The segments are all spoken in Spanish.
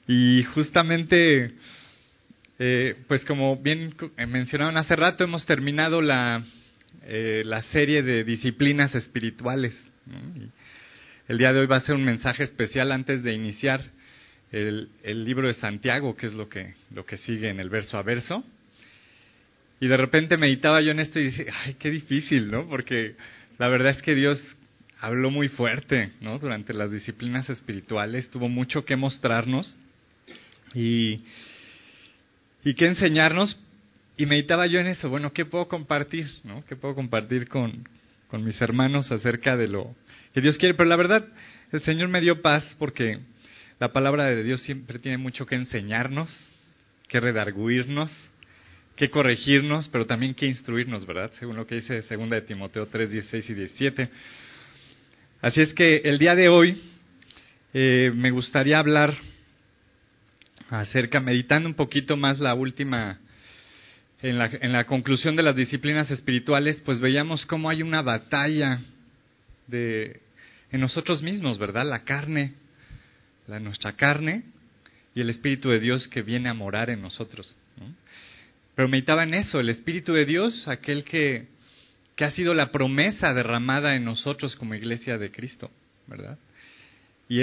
Y justamente, pues como bien mencionaron hace rato, hemos terminado la serie de disciplinas espirituales, ¿no? Y el día de hoy va a ser un mensaje especial antes de iniciar el libro de Santiago, que es lo que sigue en el verso a verso. Y de repente meditaba yo en esto y dije, ay, qué difícil, ¿no? Porque la verdad es que Dios habló muy fuerte, ¿no? Durante las disciplinas espirituales, tuvo mucho que mostrarnos y qué enseñarnos. Y meditaba yo en eso, bueno, ¿qué puedo compartir, ¿no? ¿Qué puedo compartir con mis hermanos acerca de lo que Dios quiere? Pero la verdad, el Señor me dio paz porque la palabra de Dios siempre tiene mucho que enseñarnos, que redarguirnos, que corregirnos, pero también que instruirnos, ¿verdad? Según lo que dice 2 de Timoteo 3, 16 y 17. Así es que el día de hoy me gustaría hablar acerca, meditando un poquito más la última, en la conclusión de las disciplinas espirituales, pues veíamos cómo hay una batalla en nosotros mismos, ¿verdad? La carne, nuestra carne y el Espíritu de Dios que viene a morar en nosotros, ¿no? Pero meditaba en eso, el Espíritu de Dios, aquel que ha sido la promesa derramada en nosotros como iglesia de Cristo, ¿verdad? Y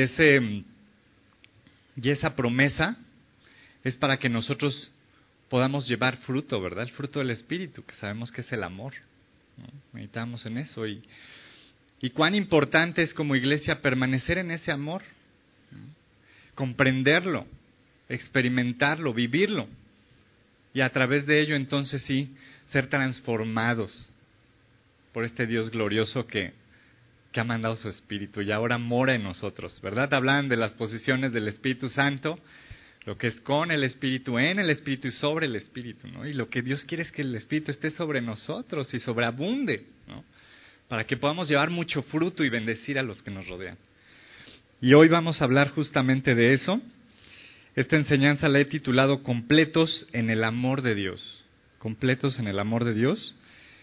esa promesa es para que nosotros podamos llevar fruto, ¿verdad? El fruto del Espíritu, que sabemos que es el amor, ¿no? Meditamos en eso y cuán importante es como iglesia permanecer en ese amor, ¿no? Comprenderlo, experimentarlo, vivirlo. Y a través de ello, entonces sí, ser transformados por este Dios glorioso que ha mandado su Espíritu y ahora mora en nosotros, ¿verdad? Hablan de las posiciones del Espíritu Santo, lo que es con el Espíritu, en el Espíritu y sobre el Espíritu, ¿no? Y lo que Dios quiere es que el Espíritu esté sobre nosotros y sobreabunde, ¿no? Para que podamos llevar mucho fruto y bendecir a los que nos rodean. Y hoy vamos a hablar justamente de eso. Esta enseñanza la he titulado Completos en el amor de Dios. Completos en el amor de Dios.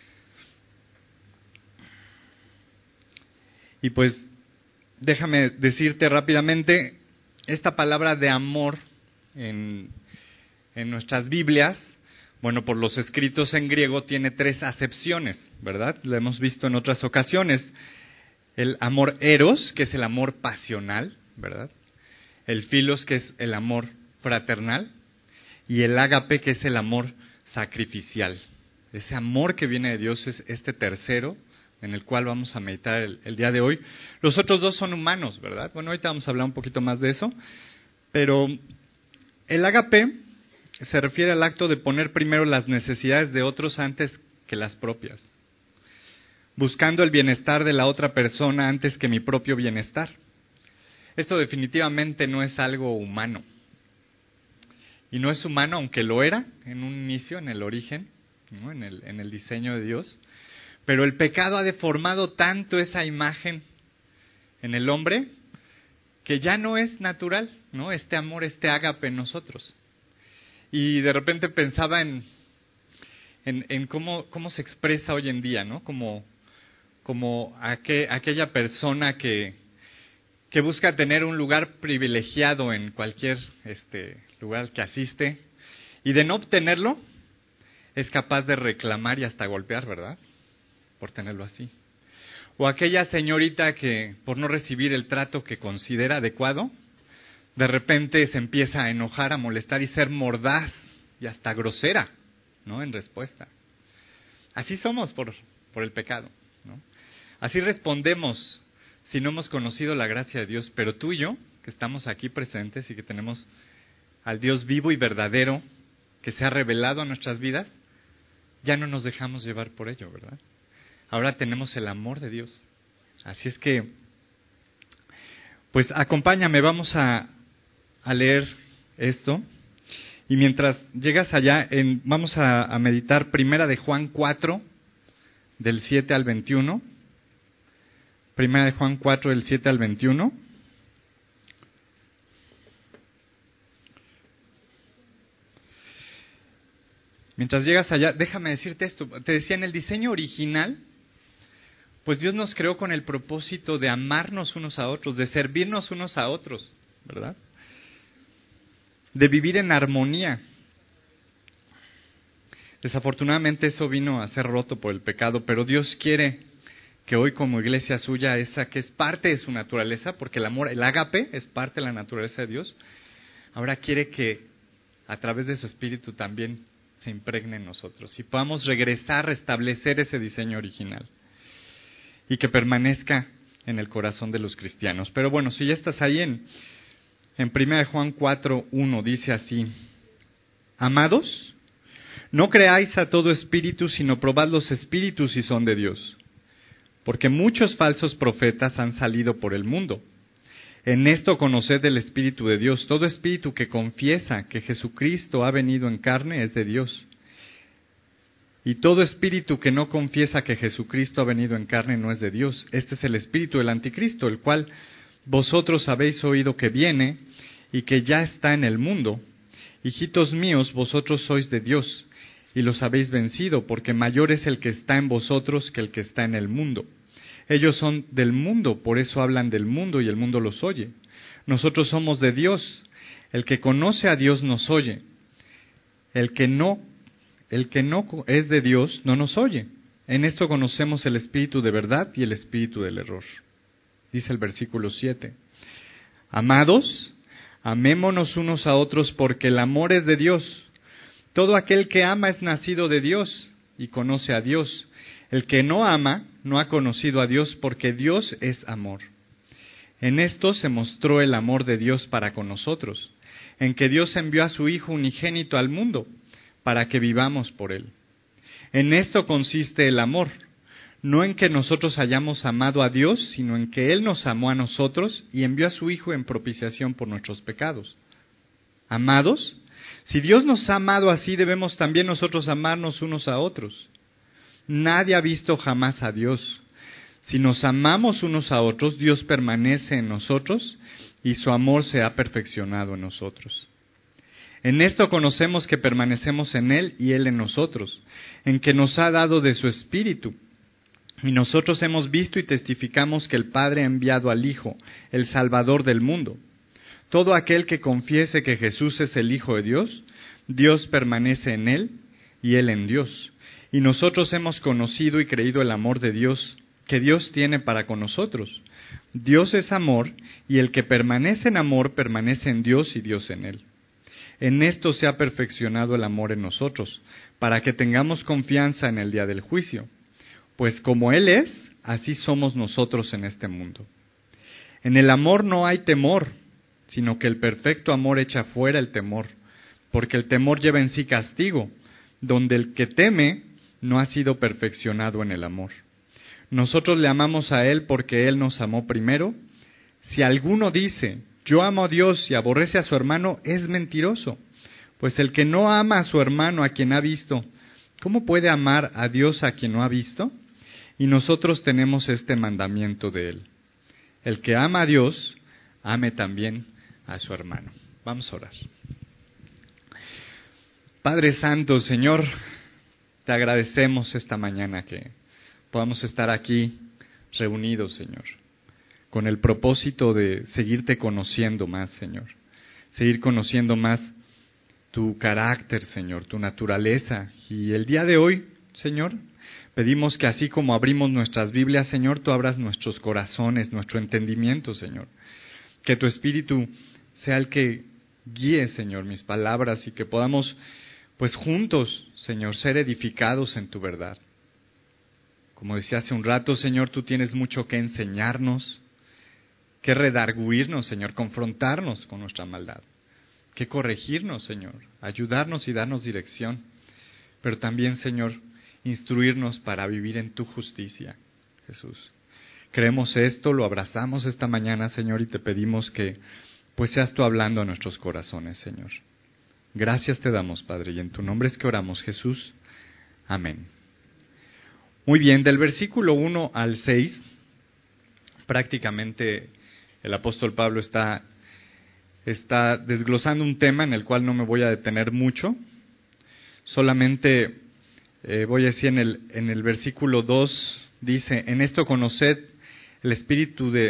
Y pues, déjame decirte rápidamente, esta palabra de amor en nuestras Biblias, bueno, por los escritos en griego, tiene 3 acepciones, ¿verdad? Lo hemos visto en otras ocasiones. El amor eros, que es el amor pasional, ¿verdad? El filos, que es el amor fraternal, y el ágape, que es el amor sacrificial. Ese amor que viene de Dios es este tercero, en el cual vamos a meditar el día de hoy. Los otros 2 son humanos, ¿verdad? Bueno, ahorita vamos a hablar un poquito más de eso, pero el ágape se refiere al acto de poner primero las necesidades de otros antes que las propias, buscando el bienestar de la otra persona antes que mi propio bienestar. Esto definitivamente no es algo humano. Y no es humano, aunque lo era en un inicio, en el origen, ¿no? en el diseño de Dios. Pero el pecado ha deformado tanto esa imagen en el hombre que ya no es natural, ¿no? Este amor, este ágape en nosotros. Y de repente pensaba en cómo se expresa hoy en día, ¿no? Como aquella persona que busca tener un lugar privilegiado en cualquier lugar al que asiste, y de no obtenerlo, es capaz de reclamar y hasta golpear, ¿verdad? Por tenerlo así. O aquella señorita que, por no recibir el trato que considera adecuado, de repente se empieza a enojar, a molestar y ser mordaz y hasta grosera, ¿no? En respuesta. Así somos por el pecado, ¿no? Así respondemos si no hemos conocido la gracia de Dios, pero tú y yo, que estamos aquí presentes y que tenemos al Dios vivo y verdadero que se ha revelado a nuestras vidas, ya no nos dejamos llevar por ello, ¿verdad? Ahora tenemos el amor de Dios. Así es que, pues acompáñame, vamos a leer esto. Y mientras llegas allá, vamos a meditar Primera de Juan 4, del 7 al 21. Primera de Juan 4, del 7 al 21. Mientras llegas allá, déjame decirte esto. Te decía, en el diseño original, pues Dios nos creó con el propósito de amarnos unos a otros, de servirnos unos a otros, ¿verdad? de vivir en armonía. Desafortunadamente eso vino a ser roto por el pecado, pero Dios quiere que hoy como iglesia suya, esa que es parte de su naturaleza, porque el amor, el ágape es parte de la naturaleza de Dios, ahora quiere que a través de su Espíritu también se impregne en nosotros y podamos regresar, restablecer ese diseño original y que permanezca en el corazón de los cristianos. Pero bueno, si ya estás ahí en 1 Juan 4:1 dice así: Amados, no creáis a todo espíritu, sino probad los espíritus si son de Dios, porque muchos falsos profetas han salido por el mundo. En esto conoced el Espíritu de Dios. Todo espíritu que confiesa que Jesucristo ha venido en carne es de Dios. Y todo espíritu que no confiesa que Jesucristo ha venido en carne no es de Dios. Este es el espíritu del anticristo, el cual vosotros habéis oído que viene y que ya está en el mundo. Hijitos míos, vosotros sois de Dios y los habéis vencido, porque mayor es el que está en vosotros que el que está en el mundo. Ellos son del mundo, por eso hablan del mundo y el mundo los oye. Nosotros somos de Dios. El que conoce a Dios nos oye. El que no es de Dios no nos oye. En esto conocemos el espíritu de verdad y el espíritu del error. Dice el versículo 7. Amados, amémonos unos a otros porque el amor es de Dios. Todo aquel que ama es nacido de Dios y conoce a Dios. El que no ama no ha conocido a Dios porque Dios es amor. En esto se mostró el amor de Dios para con nosotros, en que Dios envió a su Hijo unigénito al mundo para que vivamos por Él. En esto consiste el amor, no en que nosotros hayamos amado a Dios, sino en que Él nos amó a nosotros y envió a su Hijo en propiciación por nuestros pecados. Amados, si Dios nos ha amado así, debemos también nosotros amarnos unos a otros. Nadie ha visto jamás a Dios. Si nos amamos unos a otros, Dios permanece en nosotros y su amor se ha perfeccionado en nosotros. En esto conocemos que permanecemos en Él y Él en nosotros, en que nos ha dado de su Espíritu. Y nosotros hemos visto y testificamos que el Padre ha enviado al Hijo, el Salvador del mundo. Todo aquel que confiese que Jesús es el Hijo de Dios, Dios permanece en Él y Él en Dios. Y nosotros hemos conocido y creído el amor de Dios, que Dios tiene para con nosotros. Dios es amor, y el que permanece en amor permanece en Dios y Dios en él. En esto se ha perfeccionado el amor en nosotros, para que tengamos confianza en el día del juicio. Pues como Él es, así somos nosotros en este mundo. En el amor no hay temor, sino que el perfecto amor echa fuera el temor, porque el temor lleva en sí castigo, donde el que teme no ha sido perfeccionado en el amor. Nosotros le amamos a Él porque Él nos amó primero. Si alguno dice, yo amo a Dios y aborrece a su hermano, es mentiroso. Pues el que no ama a su hermano a quien ha visto, ¿cómo puede amar a Dios a quien no ha visto? Y nosotros tenemos este mandamiento de Él: el que ama a Dios, ame también a su hermano. Vamos a orar. Padre Santo, Señor, te agradecemos esta mañana que podamos estar aquí reunidos, Señor, con el propósito de seguirte conociendo más, Señor. Seguir conociendo más tu carácter, Señor, tu naturaleza. Y el día de hoy, Señor, pedimos que así como abrimos nuestras Biblias, Señor, tú abras nuestros corazones, nuestro entendimiento, Señor. Que tu Espíritu sea el que guíe, Señor, mis palabras y que podamos, pues juntos, Señor, ser edificados en tu verdad. Como decía hace un rato, Señor, tú tienes mucho que enseñarnos, que redarguirnos, Señor, confrontarnos con nuestra maldad, que corregirnos, Señor, ayudarnos y darnos dirección, pero también, Señor, instruirnos para vivir en tu justicia, Jesús. Creemos esto, lo abrazamos esta mañana, Señor, y te pedimos que pues seas tú hablando a nuestros corazones, Señor. Gracias te damos, Padre, y en tu nombre es que oramos, Jesús. Amén. Muy bien, del versículo 1 al 6, prácticamente el apóstol Pablo está desglosando un tema en el cual no me voy a detener mucho. Solamente voy a decir en el versículo 2, dice, en esto conoced el espíritu de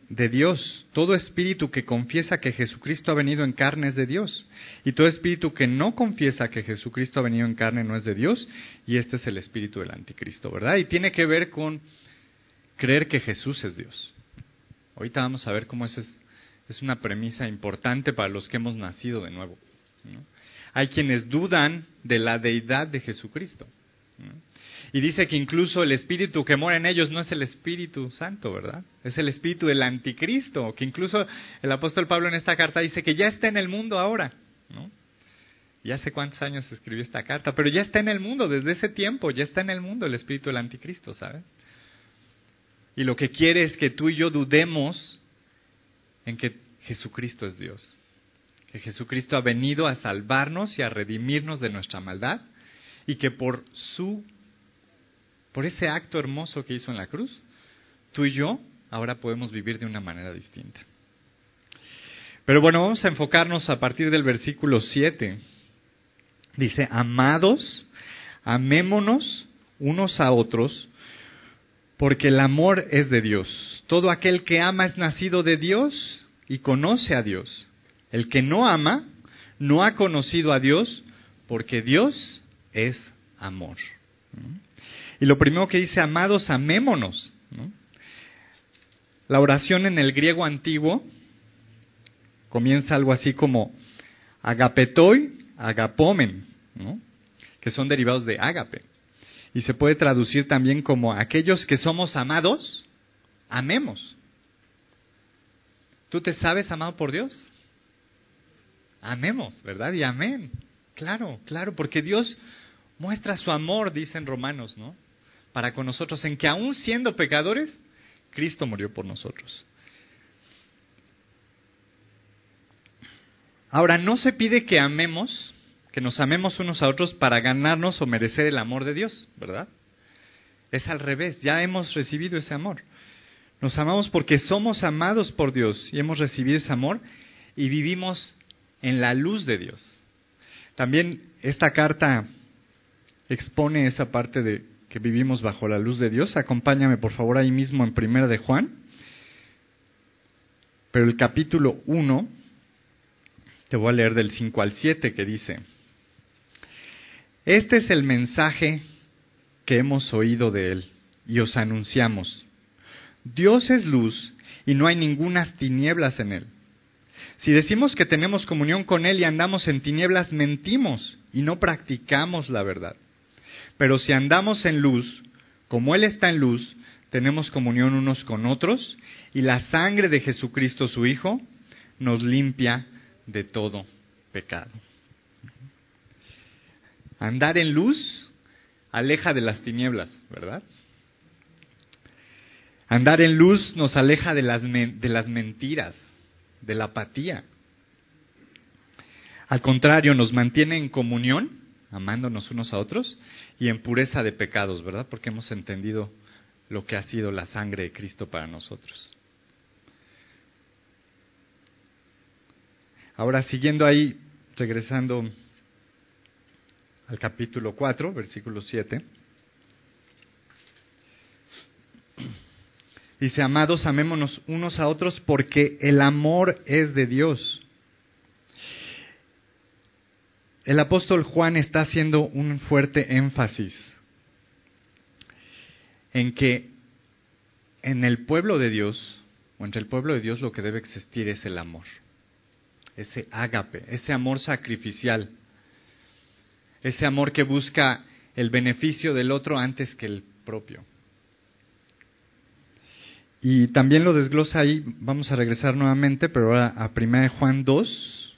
de Dios. Todo espíritu que confiesa que Jesucristo ha venido en carne es de Dios. Y todo espíritu que no confiesa que Jesucristo ha venido en carne no es de Dios. Y este es el espíritu del anticristo, ¿verdad? Y tiene que ver con creer que Jesús es Dios. Ahorita vamos a ver cómo es una premisa importante para los que hemos nacido de nuevo, ¿no? Hay quienes dudan de la deidad de Jesucristo, ¿no? Y dice que incluso el espíritu que mora en ellos no es el Espíritu Santo, ¿verdad? Es el espíritu del anticristo, que incluso el apóstol Pablo en esta carta dice que ya está en el mundo ahora, ¿no? Ya sé cuántos años escribió esta carta, pero ya está en el mundo, desde ese tiempo, ya está en el mundo el espíritu del anticristo, ¿sabes? Y lo que quiere es que tú y yo dudemos en que Jesucristo es Dios. Que Jesucristo ha venido a salvarnos y a redimirnos de nuestra maldad. Y que por ese acto hermoso que hizo en la cruz, tú y yo ahora podemos vivir de una manera distinta. Pero bueno, vamos a enfocarnos a partir del versículo 7. Dice, amados, amémonos unos a otros, porque el amor es de Dios. Todo aquel que ama es nacido de Dios y conoce a Dios. El que no ama no ha conocido a Dios, porque Dios es amor. Y lo primero que dice, amados, amémonos, ¿no? La oración en el griego antiguo comienza algo así como agapetoi, agapomen, ¿no? Que son derivados de ágape. Y se puede traducir también como aquellos que somos amados, amemos. ¿Tú te sabes amado por Dios? Amemos, ¿verdad? Y amén. Claro, claro, porque Dios muestra su amor, dicen Romanos, ¿no? Para con nosotros, en que aún siendo pecadores, Cristo murió por nosotros. Ahora, no se pide que amemos, que nos amemos unos a otros para ganarnos o merecer el amor de Dios, ¿verdad? Es al revés, ya hemos recibido ese amor. Nos amamos porque somos amados por Dios y hemos recibido ese amor y vivimos en la luz de Dios. También esta carta expone esa parte de que vivimos bajo la luz de Dios. Acompáñame por favor ahí mismo en 1 de Juan. Pero el capítulo 1, te voy a leer del 5 al 7 que dice: Este es el mensaje que hemos oído de Él y os anunciamos. Dios es luz y no hay ningunas tinieblas en Él. Si decimos que tenemos comunión con Él y andamos en tinieblas, mentimos y no practicamos la verdad. Pero si andamos en luz, como Él está en luz, tenemos comunión unos con otros y la sangre de Jesucristo su Hijo nos limpia de todo pecado. Andar en luz aleja de las tinieblas, ¿verdad? Andar en luz nos aleja de las mentiras, de la apatía. Al contrario, nos mantiene en comunión, amándonos unos a otros, y en pureza de pecados, ¿verdad? Porque hemos entendido lo que ha sido la sangre de Cristo para nosotros. Ahora, siguiendo ahí, regresando al capítulo 4, versículo 7. Dice, amados, amémonos unos a otros porque el amor es de Dios. El apóstol Juan está haciendo un fuerte énfasis en que en el pueblo de Dios, o entre el pueblo de Dios, lo que debe existir es el amor. Ese ágape, ese amor sacrificial. Ese amor que busca el beneficio del otro antes que el propio. Y también lo desglosa ahí, vamos a regresar nuevamente, pero ahora a 1 Juan 2.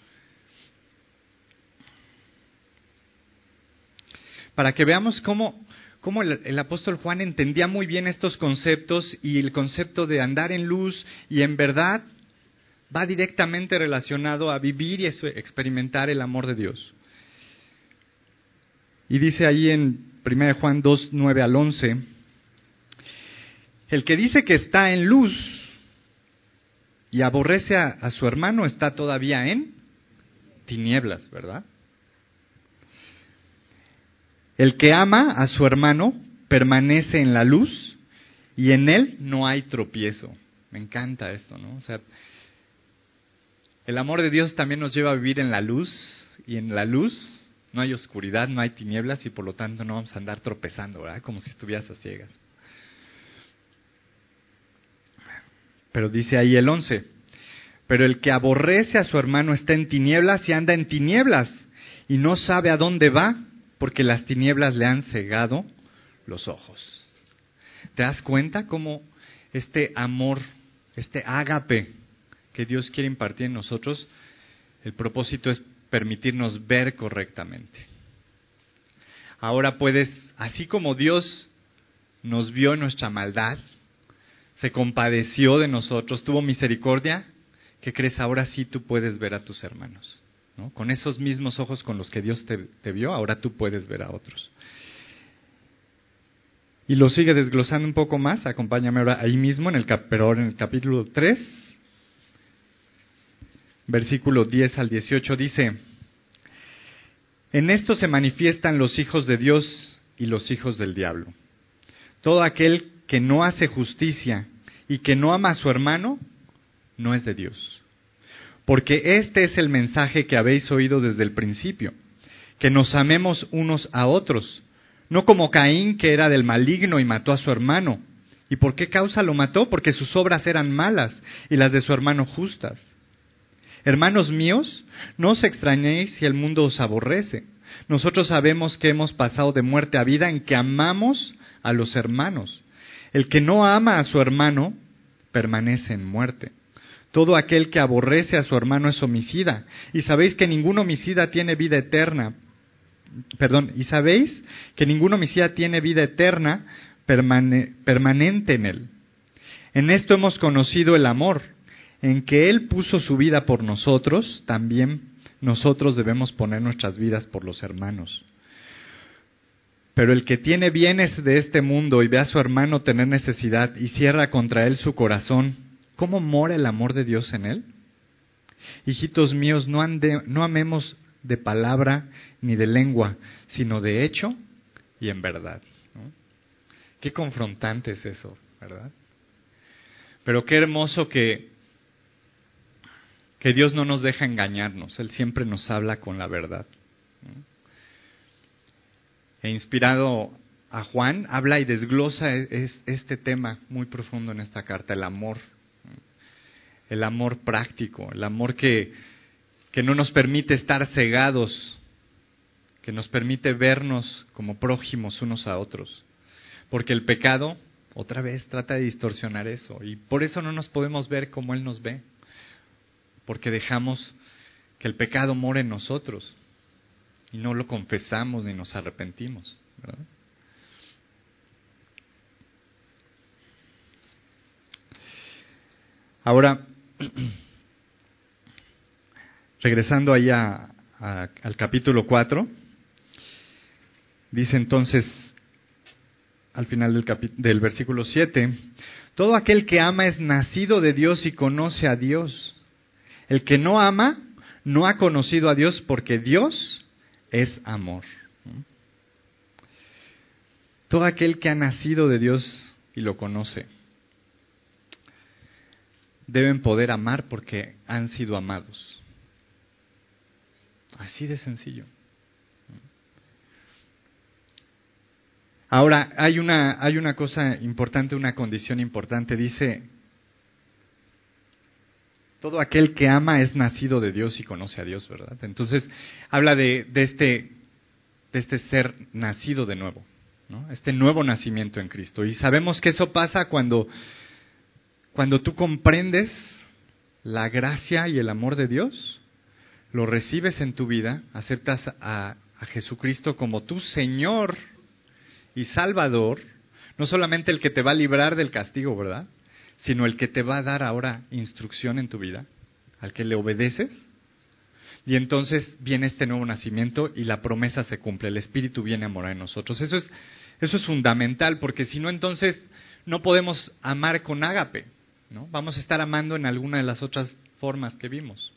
Para que veamos cómo el apóstol Juan entendía muy bien estos conceptos y el concepto de andar en luz y en verdad va directamente relacionado a vivir y experimentar el amor de Dios. Y dice ahí en 1 Juan 2, 9 al 11, el que dice que está en luz y aborrece a su hermano está todavía en tinieblas, ¿verdad? El que ama a su hermano permanece en la luz y en él no hay tropiezo. Me encanta esto, ¿no? O sea, el amor de Dios también nos lleva a vivir en la luz, y en la luz no hay oscuridad, no hay tinieblas, y por lo tanto no vamos a andar tropezando, ¿verdad? Como si estuvieras a ciegas. Pero dice ahí el 11, pero el que aborrece a su hermano está en tinieblas y anda en tinieblas, y no sabe a dónde va, porque las tinieblas le han cegado los ojos. ¿Te das cuenta cómo este amor, este ágape que Dios quiere impartir en nosotros, el propósito es permitirnos ver correctamente? Ahora puedes, así como Dios nos vio en nuestra maldad, se compadeció de nosotros, tuvo misericordia, ¿qué crees? Ahora sí tú puedes ver a tus hermanos, ¿no? Con esos mismos ojos con los que Dios te vio, ahora tú puedes ver a otros. Y lo sigue desglosando un poco más, acompáñame ahora ahí mismo, pero ahora en el capítulo 3, versículo 10 al 18, dice: en esto se manifiestan los hijos de Dios y los hijos del diablo. Todo aquel que no hace justicia y que no ama a su hermano, no es de Dios. Porque este es el mensaje que habéis oído desde el principio, que nos amemos unos a otros, no como Caín, que era del maligno y mató a su hermano. ¿Y por qué causa lo mató? Porque sus obras eran malas y las de su hermano justas. Hermanos míos, no os extrañéis si el mundo os aborrece. Nosotros sabemos que hemos pasado de muerte a vida en que amamos a los hermanos. El que no ama a su hermano permanece en muerte. Todo aquel que aborrece a su hermano es homicida. Y sabéis que ningún homicida tiene vida eterna. Y sabéis que ningún homicida tiene vida eterna permanente en él. En esto hemos conocido el amor, en que Él puso su vida por nosotros, también nosotros debemos poner nuestras vidas por los hermanos. Pero el que tiene bienes de este mundo y ve a su hermano tener necesidad y cierra contra él su corazón, ¿cómo mora el amor de Dios en él? Hijitos míos, no amemos de palabra ni de lengua, sino de hecho y en verdad, ¿no? Qué confrontante es eso, ¿verdad? Pero qué hermoso que Dios no nos deja engañarnos, Él siempre nos habla con la verdad, ¿no? E inspirado a Juan, habla y desglosa este tema muy profundo en esta carta, el amor práctico, el amor que no nos permite estar cegados, que nos permite vernos como prójimos unos a otros, porque el pecado, otra vez, trata de distorsionar eso, y por eso no nos podemos ver como Él nos ve, porque dejamos que el pecado more en nosotros y no lo confesamos ni nos arrepentimos, ¿verdad? Ahora, regresando ahí al capítulo 4, dice entonces, al final del versículo 7, todo aquel que ama es nacido de Dios y conoce a Dios. El que no ama no ha conocido a Dios, porque Dios es amor. Todo aquel que ha nacido de Dios y lo conoce, deben poder amar porque han sido amados. Así de sencillo. Ahora, hay una cosa importante, una condición importante. Dice, todo aquel que ama es nacido de Dios y conoce a Dios, ¿verdad? Entonces, habla de este ser nacido de nuevo, ¿no? Este nuevo nacimiento en Cristo. Y sabemos que eso pasa cuando tú comprendes la gracia y el amor de Dios, lo recibes en tu vida, aceptas a Jesucristo como tu Señor y Salvador, no solamente el que te va a librar del castigo, ¿verdad?, sino el que te va a dar ahora instrucción en tu vida, al que le obedeces, y entonces viene este nuevo nacimiento y la promesa se cumple, el Espíritu viene a morar en nosotros. Eso es fundamental, porque si no, entonces no podemos amar con ágape, ¿no? Vamos a estar amando en alguna de las otras formas que vimos.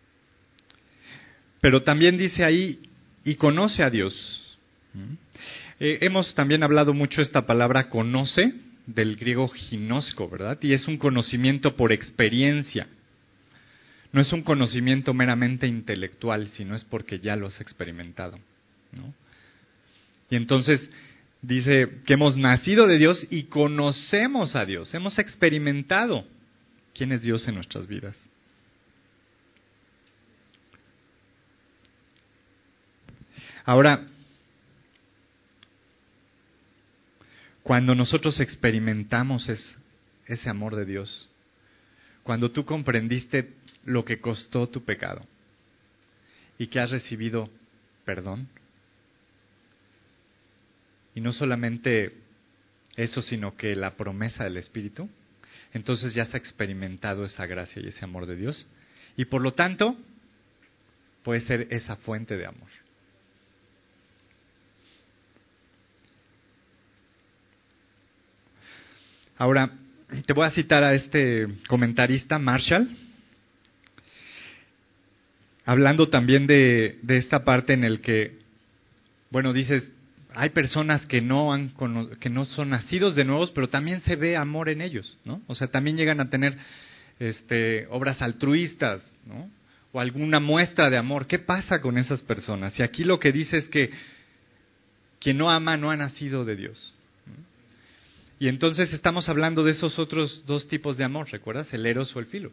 Pero también dice ahí, y conoce a Dios. Hemos también hablado mucho esta palabra conoce, del griego ginosko, ¿verdad? Y es un conocimiento por experiencia. No es un conocimiento meramente intelectual, sino es porque ya lo has experimentado, ¿no? Y entonces dice que hemos nacido de Dios y conocemos a Dios. Hemos experimentado quién es Dios en nuestras vidas. Ahora, cuando nosotros experimentamos ese amor de Dios, cuando tú comprendiste lo que costó tu pecado y que has recibido perdón, y no solamente eso, sino que la promesa del Espíritu, entonces ya has experimentado esa gracia y ese amor de Dios, y por lo tanto puede ser esa fuente de amor. Ahora, te voy a citar a este comentarista, Marshall, hablando también de esta parte en el que, bueno, dices, hay personas que no son nacidos de nuevos, pero también se ve amor en ellos, ¿no? O sea, también llegan a tener obras altruistas, ¿no? O alguna muestra de amor. ¿Qué pasa con esas personas? Y aquí lo que dice es que quien no ama no ha nacido de Dios. Y entonces estamos hablando de esos otros dos tipos de amor, ¿recuerdas? El eros o el filos.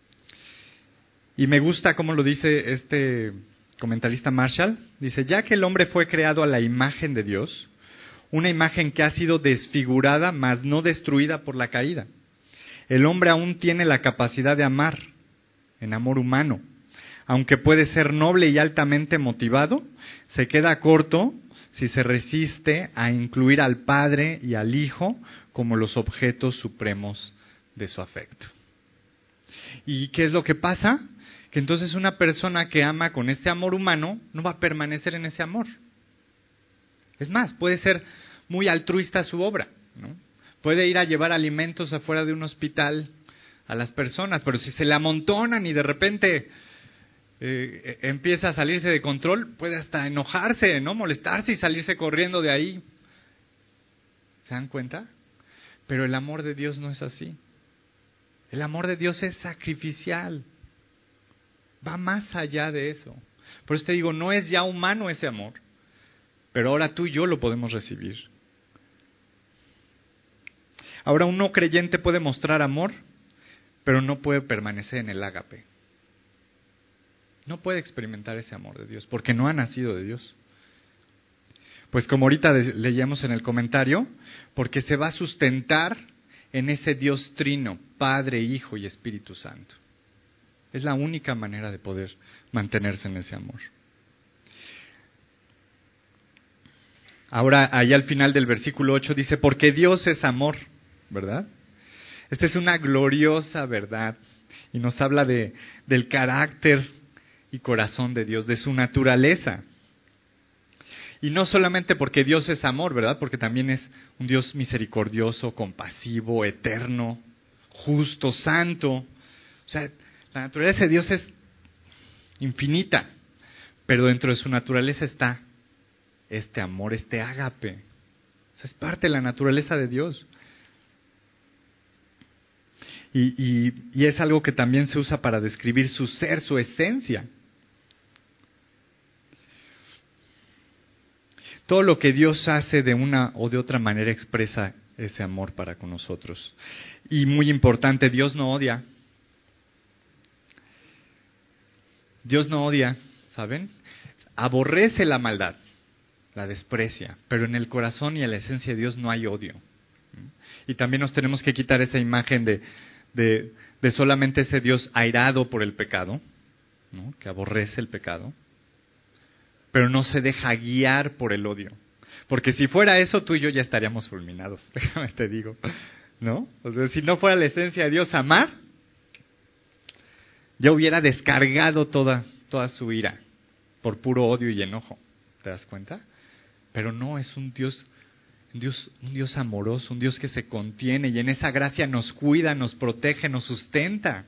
Y me gusta cómo lo dice este comentarista Marshall. Dice, ya que el hombre fue creado a la imagen de Dios, una imagen que ha sido desfigurada, mas no destruida por la caída. El hombre aún tiene la capacidad de amar, en amor humano. Aunque puede ser noble y altamente motivado, se queda corto si se resiste a incluir al Padre y al Hijo como los objetos supremos de su afecto. ¿Y qué es lo que pasa? Que entonces una persona que ama con este amor humano no va a permanecer en ese amor. Es más, puede ser muy altruista su obra, ¿no? Puede ir a llevar alimentos afuera de un hospital a las personas, pero si se le amontonan y de repente empieza a salirse de control, puede hasta enojarse, ¿no? Molestarse y salirse corriendo de ahí. ¿Se dan cuenta? Pero el amor de Dios no es así. El amor de Dios es sacrificial. Va más allá de eso. Por eso te digo, no es ya humano ese amor, pero ahora tú y yo lo podemos recibir. Ahora un no creyente puede mostrar amor, pero no puede permanecer en el ágape. No puede experimentar ese amor de Dios, porque no ha nacido de Dios. Pues como ahorita leíamos en el comentario, porque se va a sustentar en ese Dios trino, Padre, Hijo y Espíritu Santo. Es la única manera de poder mantenerse en ese amor. Ahora, ahí al final del versículo 8 dice, porque Dios es amor, ¿verdad? Esta es una gloriosa verdad y nos habla del carácter y corazón de Dios, de su naturaleza. Y no solamente porque Dios es amor, ¿verdad? Porque también es un Dios misericordioso, compasivo, eterno, justo, santo. O sea, la naturaleza de Dios es infinita, pero dentro de su naturaleza está este amor, este ágape. O sea, es parte de la naturaleza de Dios. Y es algo que también se usa para describir su ser, su esencia. Todo lo que Dios hace de una o de otra manera expresa ese amor para con nosotros. Y muy importante, Dios no odia. Dios no odia, ¿saben? Aborrece la maldad, la desprecia, pero en el corazón y en la esencia de Dios no hay odio. Y también nos tenemos que quitar esa imagen de solamente ese Dios airado por el pecado, ¿no? Que aborrece el pecado, pero no se deja guiar por el odio. Porque si fuera eso, tú y yo ya estaríamos fulminados, déjame te digo, ¿no? O sea, si no fuera la esencia de Dios amar, ya hubiera descargado toda su ira por puro odio y enojo. ¿Te das cuenta? Pero no, es un Dios amoroso, un Dios que se contiene y en esa gracia nos cuida, nos protege, nos sustenta.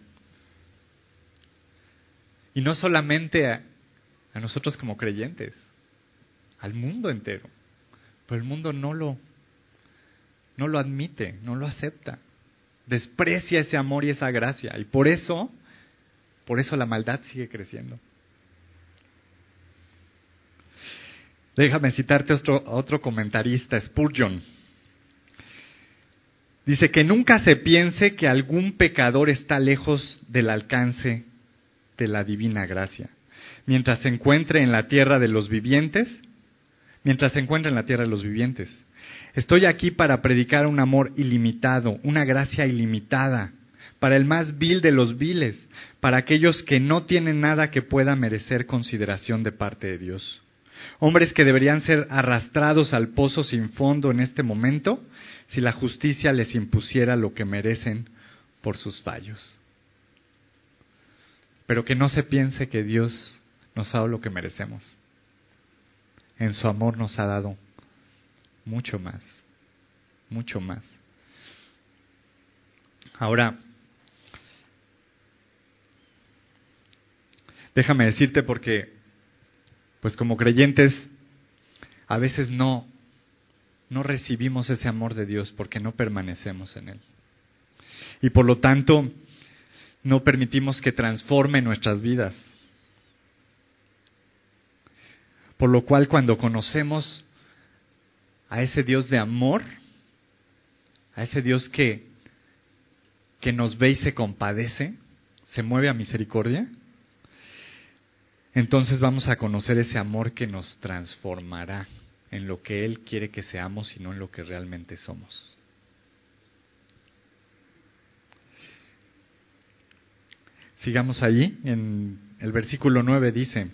Y no solamente a nosotros como creyentes, al mundo entero. Pero el mundo no lo admite, no lo acepta. Desprecia ese amor y esa gracia. Y por eso la maldad sigue creciendo. Déjame citarte otro comentarista, Spurgeon. Dice que nunca se piense que algún pecador está lejos del alcance de la divina gracia. Mientras se encuentre en la tierra de los vivientes, estoy aquí para predicar un amor ilimitado, una gracia ilimitada, para el más vil de los viles, para aquellos que no tienen nada que pueda merecer consideración de parte de Dios. Hombres que deberían ser arrastrados al pozo sin fondo en este momento, si la justicia les impusiera lo que merecen por sus fallos. Pero que no se piense que Dios nos ha dado lo que merecemos. En su amor nos ha dado mucho más, mucho más. Ahora, déjame decirte porque, pues como creyentes, a veces no recibimos ese amor de Dios porque no permanecemos en Él. Y por lo tanto, no permitimos que transforme nuestras vidas. Por lo cual, cuando conocemos a ese Dios de amor, a ese Dios que nos ve y se compadece, se mueve a misericordia, entonces vamos a conocer ese amor que nos transformará en lo que Él quiere que seamos y no en lo que realmente somos. Sigamos allí, en el versículo 9 dice: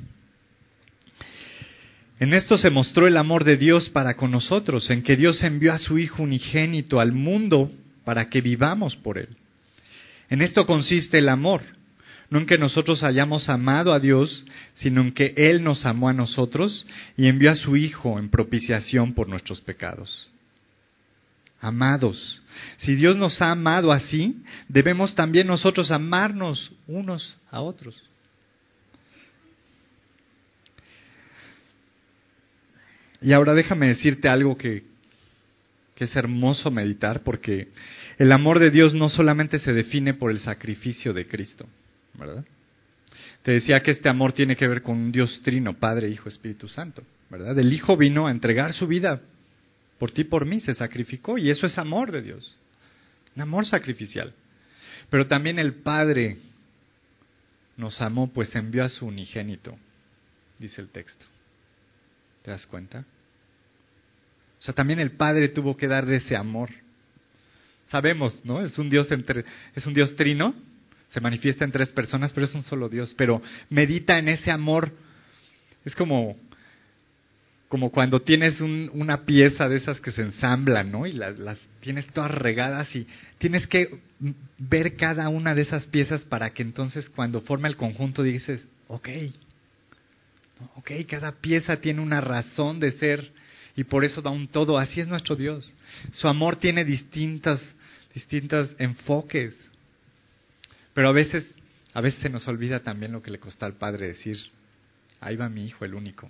en esto se mostró el amor de Dios para con nosotros, en que Dios envió a su Hijo unigénito al mundo para que vivamos por Él. En esto consiste el amor, no en que nosotros hayamos amado a Dios, sino en que Él nos amó a nosotros y envió a su Hijo en propiciación por nuestros pecados. Amados, si Dios nos ha amado así, debemos también nosotros amarnos unos a otros. Y ahora déjame decirte algo que es hermoso meditar, porque el amor de Dios no solamente se define por el sacrificio de Cristo, ¿verdad? Te decía que este amor tiene que ver con un Dios trino, Padre, Hijo, Espíritu Santo, ¿verdad? El Hijo vino a entregar su vida por ti y por mí, se sacrificó, y eso es amor de Dios, un amor sacrificial. Pero también el Padre nos amó, pues envió a su unigénito, dice el texto. ¿Te das cuenta? O sea, también el Padre tuvo que dar de ese amor. Sabemos, ¿no? Es un Dios trino, se manifiesta en tres personas, pero es un solo Dios. Pero medita en ese amor. Es como cuando tienes una pieza de esas que se ensamblan, ¿no? Y las tienes todas regadas y tienes que ver cada una de esas piezas para que entonces cuando forma el conjunto dices, ok, cada pieza tiene una razón de ser y por eso da un todo. Así es nuestro Dios. Su amor tiene distintos enfoques. Pero a veces se nos olvida también lo que le costó al Padre decir, ahí va mi Hijo, el único.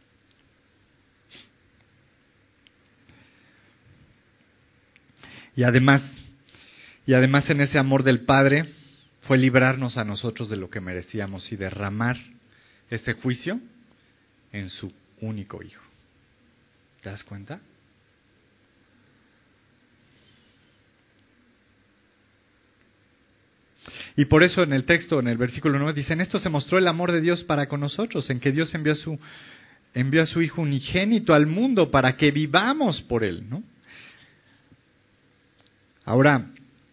Y además en ese amor del Padre fue librarnos a nosotros de lo que merecíamos y derramar ese juicio en su único Hijo. ¿Te das cuenta? Y por eso en el texto, en el versículo 9, dice: en esto se mostró el amor de Dios para con nosotros, en que Dios envió a su Hijo unigénito al mundo para que vivamos por Él, ¿no? Ahora,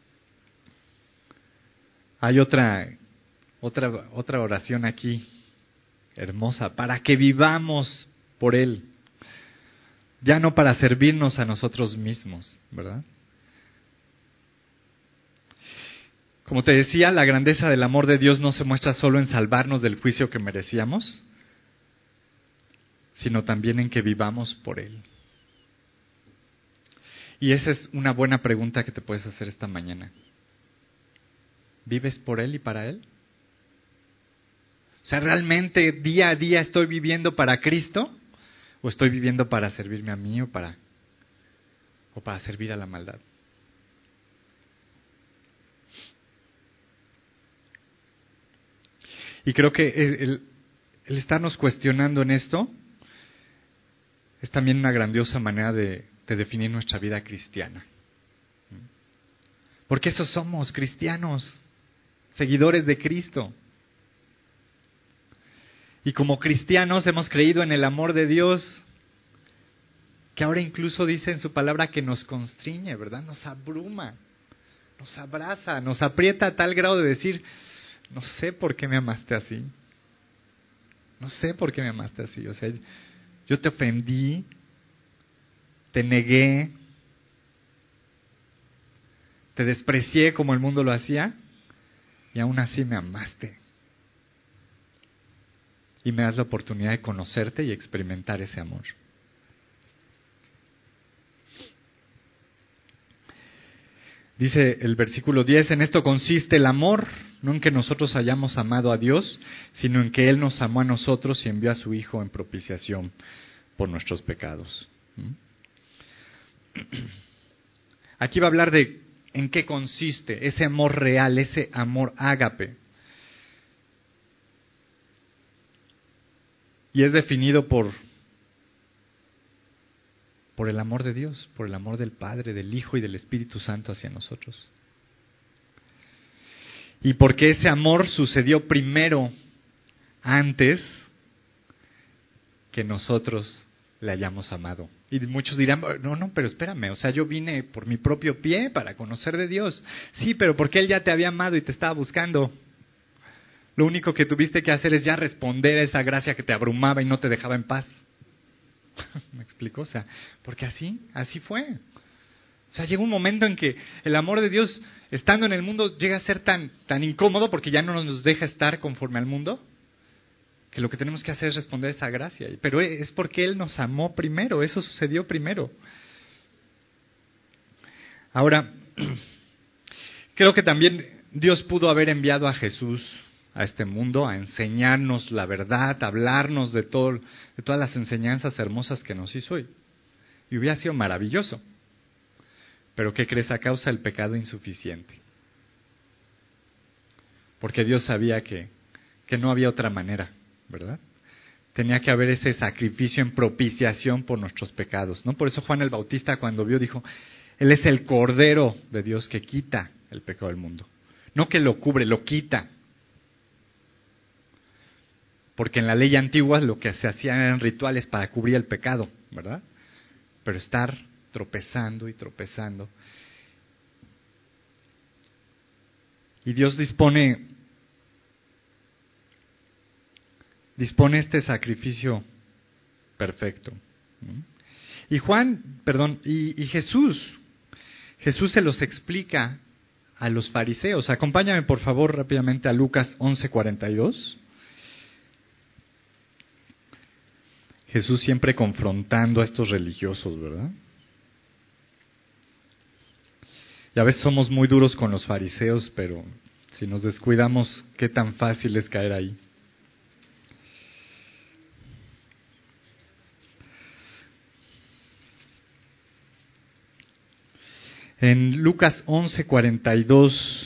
hay otra oración aquí, hermosa, para que vivamos por Él. Ya no para servirnos a nosotros mismos, ¿verdad? Como te decía, la grandeza del amor de Dios no se muestra solo en salvarnos del juicio que merecíamos, sino también en que vivamos por Él. Y esa es una buena pregunta que te puedes hacer esta mañana. ¿Vives por Él y para Él? O sea, ¿realmente día a día estoy viviendo para Cristo? ¿O estoy viviendo para servirme a mí o para o para servir a la maldad. Y creo que el estarnos cuestionando en esto es también una grandiosa manera de definir nuestra vida cristiana. Porque eso somos, cristianos, seguidores de Cristo. Y como cristianos hemos creído en el amor de Dios, que ahora incluso dice en su palabra que nos constriñe, ¿verdad? Nos abruma, nos abraza, nos aprieta a tal grado de decir, no sé por qué me amaste así. No sé por qué me amaste así. O sea, yo te ofendí, te negué, te desprecié como el mundo lo hacía, y aún así me amaste. Y me das la oportunidad de conocerte y experimentar ese amor. Dice el versículo 10, en esto consiste el amor, no en que nosotros hayamos amado a Dios, sino en que Él nos amó a nosotros y envió a su Hijo en propiciación por nuestros pecados. Aquí va a hablar de en qué consiste ese amor real, ese amor ágape. Y es definido por el amor de Dios, por el amor del Padre, del Hijo y del Espíritu Santo hacia nosotros. Y porque ese amor sucedió primero, antes que nosotros le hayamos amado. Y muchos dirán, no, pero espérame, o sea, yo vine por mi propio pie para conocer de Dios. Sí, pero porque Él ya te había amado y te estaba buscando. Lo único que tuviste que hacer es ya responder a esa gracia que te abrumaba y no te dejaba en paz. ¿Me explico? O sea, porque así fue. O sea, llega un momento en que el amor de Dios, estando en el mundo, llega a ser tan incómodo porque ya no nos deja estar conforme al mundo, que lo que tenemos que hacer es responder a esa gracia. Pero es porque Él nos amó primero, eso sucedió primero. Ahora, creo que también Dios pudo haber enviado a Jesús a este mundo a enseñarnos la verdad, a hablarnos de todas las enseñanzas hermosas que nos hizo y hubiera sido maravilloso. Pero ¿qué crees? A causa del pecado insuficiente. Porque Dios sabía que no había otra manera, ¿verdad? Tenía que haber ese sacrificio en propiciación por nuestros pecados, ¿no? Por eso Juan el Bautista cuando vio dijo, Él es el Cordero de Dios que quita el pecado del mundo. No que lo cubre, lo quita. Porque en la ley antigua lo que se hacían eran rituales para cubrir el pecado, ¿verdad? Pero estar tropezando y tropezando. Y Dios dispone este sacrificio perfecto. Y y Jesús se los explica a los fariseos. Acompáñame por favor rápidamente a Lucas 11:42. Jesús siempre confrontando a estos religiosos, ¿verdad? Y a veces somos muy duros con los fariseos, pero si nos descuidamos, qué tan fácil es caer ahí. En Lucas 11:42,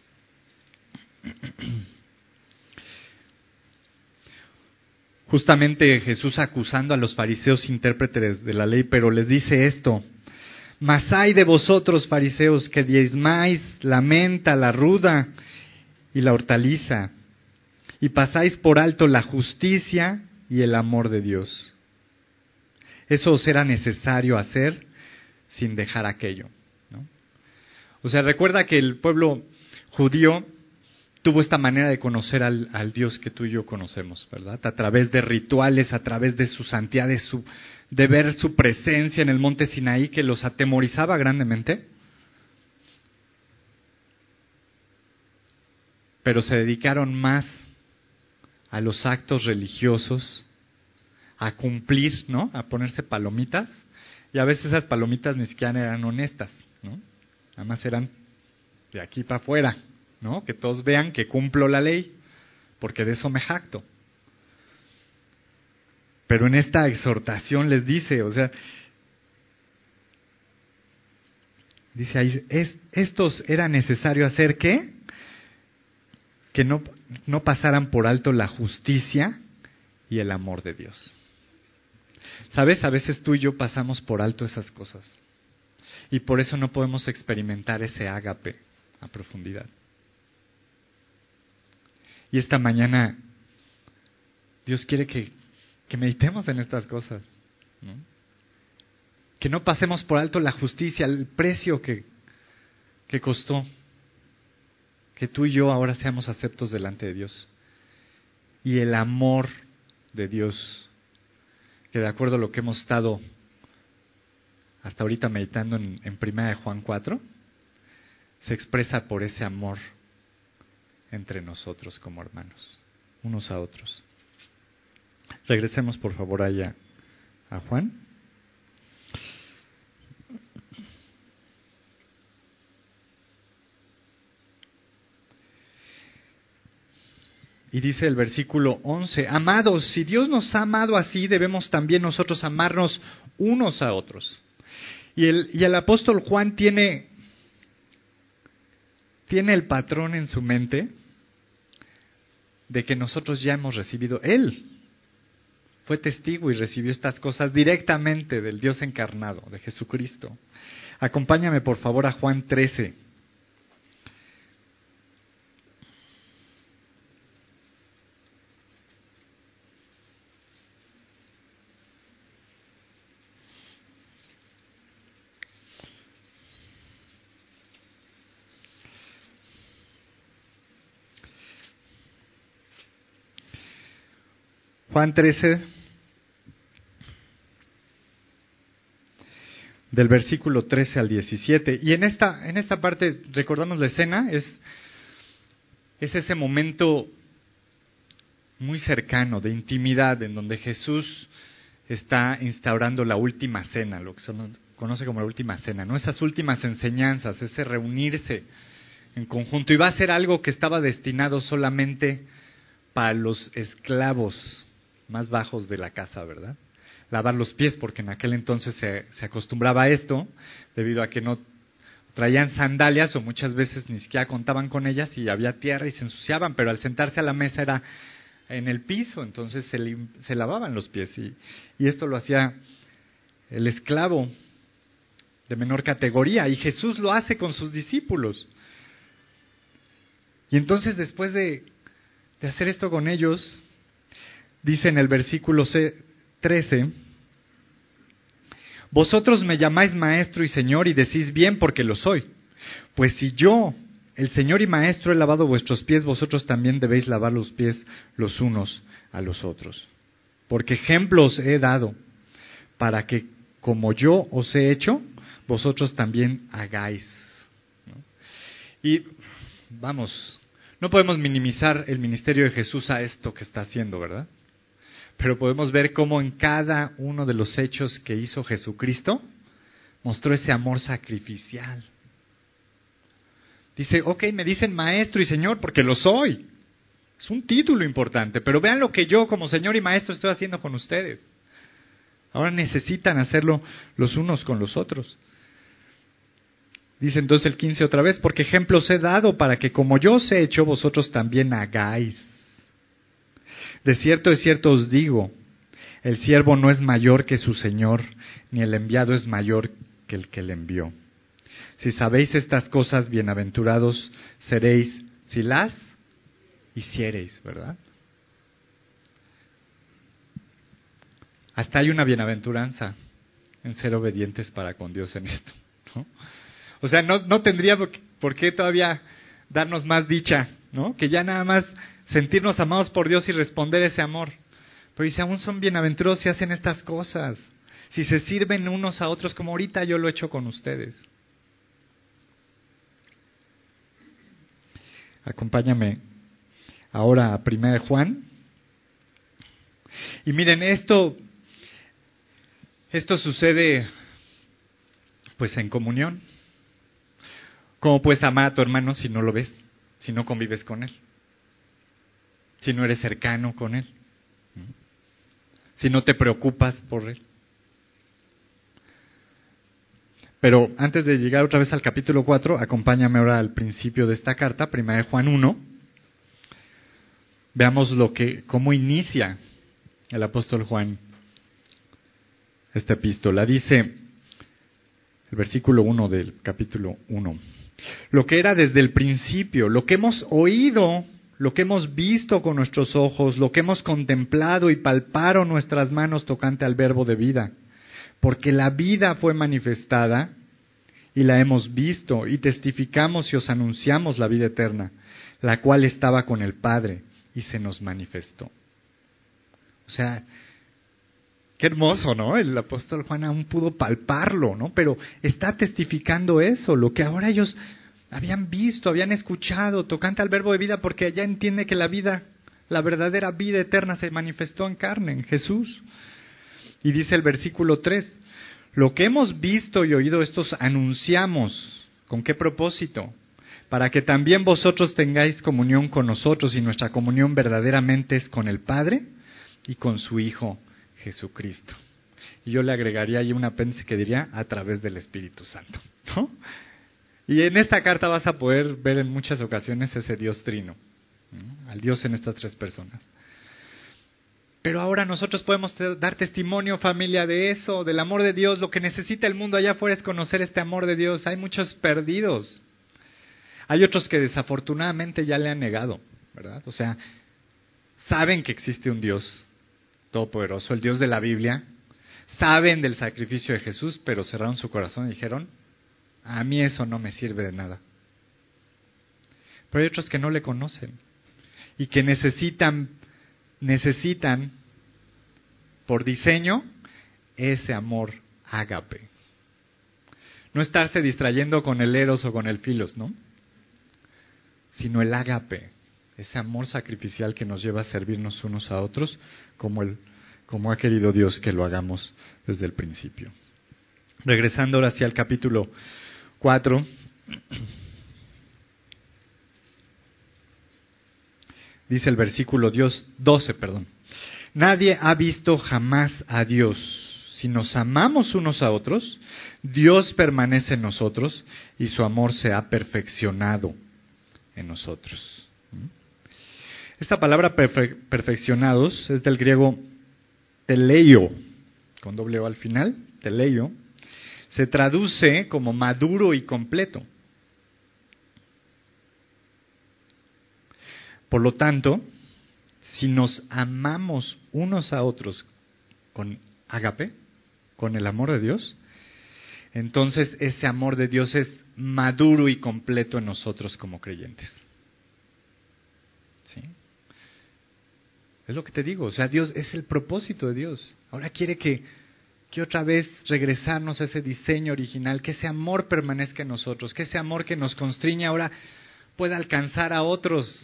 justamente Jesús acusando a los fariseos intérpretes de la ley, pero les dice esto: mas ay de vosotros, fariseos, que diezmáis la menta, la ruda y la hortaliza, y pasáis por alto la justicia y el amor de Dios. Eso os era necesario hacer sin dejar aquello, ¿no? O sea, recuerda que el pueblo judío tuvo esta manera de conocer al Dios que tú y yo conocemos, ¿verdad? A través de rituales, a través de su santidad, de ver su presencia en el monte Sinaí que los atemorizaba grandemente. Pero se dedicaron más a los actos religiosos, a cumplir, ¿no? A ponerse palomitas. Y a veces esas palomitas ni siquiera eran honestas, ¿no? Nada más eran de aquí para afuera, ¿no? Que todos vean que cumplo la ley, porque de eso me jacto. Pero en esta exhortación les dice, o sea, Dice ahí, estos era necesario hacer ¿qué? Que no pasaran por alto la justicia y el amor de Dios. ¿Sabes? A veces tú y yo pasamos por alto esas cosas. Y por eso no podemos experimentar ese ágape a profundidad. Y esta mañana Dios quiere que meditemos en estas cosas, ¿no? Que no pasemos por alto la justicia, el precio que costó que tú y yo ahora seamos aceptos delante de Dios. Y el amor de Dios, que de acuerdo a lo que hemos estado hasta ahorita meditando en 1 Juan 4, se expresa por ese amor entre nosotros como hermanos, unos a otros. Regresemos por favor allá a Juan. Y dice el versículo 11, amados, si Dios nos ha amado así, debemos también nosotros amarnos unos a otros. Y el apóstol Juan tiene el patrón en su mente de que nosotros ya hemos recibido. Él fue testigo y recibió estas cosas directamente del Dios encarnado, de Jesucristo. Acompáñame por favor a Juan 13. Juan 13, del versículo 13 al 17. Y en esta parte, recordamos la escena, es ese momento muy cercano de intimidad en donde Jesús está instaurando la última cena, lo que se conoce como la última cena, ¿no? Esas últimas enseñanzas, ese reunirse en conjunto. Y va a ser algo que estaba destinado solamente para los esclavos más bajos de la casa, ¿verdad? Lavar los pies, porque en aquel entonces se acostumbraba a esto, debido a que no traían sandalias o muchas veces ni siquiera contaban con ellas y había tierra y se ensuciaban, pero al sentarse a la mesa era en el piso, entonces se lavaban los pies y esto lo hacía el esclavo de menor categoría y Jesús lo hace con sus discípulos. Y entonces después de hacer esto con ellos, dice en el versículo 13, vosotros me llamáis maestro y señor y decís bien porque lo soy. Pues si yo, el Señor y Maestro, he lavado vuestros pies, vosotros también debéis lavar los pies los unos a los otros. Porque ejemplos he dado para que como yo os he hecho, vosotros también hagáis, ¿no? Y vamos, no podemos minimizar el ministerio de Jesús a esto que está haciendo, ¿verdad? Pero podemos ver cómo en cada uno de los hechos que hizo Jesucristo mostró ese amor sacrificial. Dice, ok, me dicen maestro y señor porque lo soy. Es un título importante, pero vean lo que yo como señor y maestro estoy haciendo con ustedes. Ahora necesitan hacerlo los unos con los otros. Dice entonces el 15 otra vez, porque ejemplos he dado para que como yo os he hecho, vosotros también hagáis. De cierto os digo, el siervo no es mayor que su señor, ni el enviado es mayor que el que le envió. Si sabéis estas cosas, bienaventurados seréis si las hiciereis, ¿verdad? Hasta hay una bienaventuranza en ser obedientes para con Dios en esto, ¿no? O sea, no tendría por qué todavía darnos más dicha, ¿no? Que ya nada más sentirnos amados por Dios y responder ese amor. Pero dice, aún son bienaventurados si hacen estas cosas, si se sirven unos a otros como ahorita yo lo he hecho con ustedes. Acompáñame ahora a 1 Juan. Y miren, esto sucede pues en comunión. ¿Cómo puedes amar a tu hermano si no lo ves, si no convives con él? Si no eres cercano con él, si no te preocupas por él. Pero antes de llegar otra vez al capítulo 4, acompáñame ahora al principio de esta carta, 1 Juan 1. Veamos cómo inicia el apóstol Juan esta epístola. Dice el versículo 1 del capítulo 1. Lo que era desde el principio, lo que hemos oído, lo que hemos visto con nuestros ojos, lo que hemos contemplado y palparon nuestras manos tocante al verbo de vida. Porque la vida fue manifestada y la hemos visto y testificamos y os anunciamos la vida eterna, la cual estaba con el Padre y se nos manifestó. O sea, qué hermoso, ¿no? El apóstol Juan aún pudo palparlo, ¿no? Pero está testificando eso, lo que ahora ellos habían visto, habían escuchado, tocante al verbo de vida, porque ya entiende que la vida, la verdadera vida eterna se manifestó en carne, en Jesús. Y dice el versículo 3, lo que hemos visto y oído estos anunciamos. ¿Con qué propósito? Para que también vosotros tengáis comunión con nosotros, y nuestra comunión verdaderamente es con el Padre y con su Hijo Jesucristo. Y yo le agregaría ahí un apéndice que diría a través del Espíritu Santo, ¿no? Y en esta carta vas a poder ver en muchas ocasiones ese Dios trino, ¿no? Al Dios en estas tres personas. Pero ahora nosotros podemos dar testimonio, familia, de eso, del amor de Dios. Lo que necesita el mundo allá afuera es conocer este amor de Dios. Hay muchos perdidos. Hay otros que desafortunadamente ya le han negado, ¿verdad? O sea, saben que existe un Dios todopoderoso, el Dios de la Biblia. Saben del sacrificio de Jesús, pero cerraron su corazón y dijeron, a mí eso no me sirve de nada. Pero hay otros que no le conocen y que necesitan por diseño ese amor ágape. No estarse distrayendo con el eros o con el filos, ¿no? Sino el ágape, ese amor sacrificial que nos lleva a servirnos unos a otros como ha querido Dios que lo hagamos desde el principio. Regresando ahora hacia el capítulo 4. Dice el versículo 12. Nadie ha visto jamás a Dios. Si nos amamos unos a otros, Dios permanece en nosotros y su amor se ha perfeccionado en nosotros. Esta palabra perfeccionados es del griego teleio, con doble O al final, teleio. Se traduce como maduro y completo. Por lo tanto, si nos amamos unos a otros con ágape, con el amor de Dios, entonces ese amor de Dios es maduro y completo en nosotros como creyentes. ¿Sí? Es lo que te digo, o sea, Dios es el propósito de Dios. Ahora quiere que otra vez regresarnos a ese diseño original, que ese amor permanezca en nosotros, que ese amor que nos constriñe ahora pueda alcanzar a otros,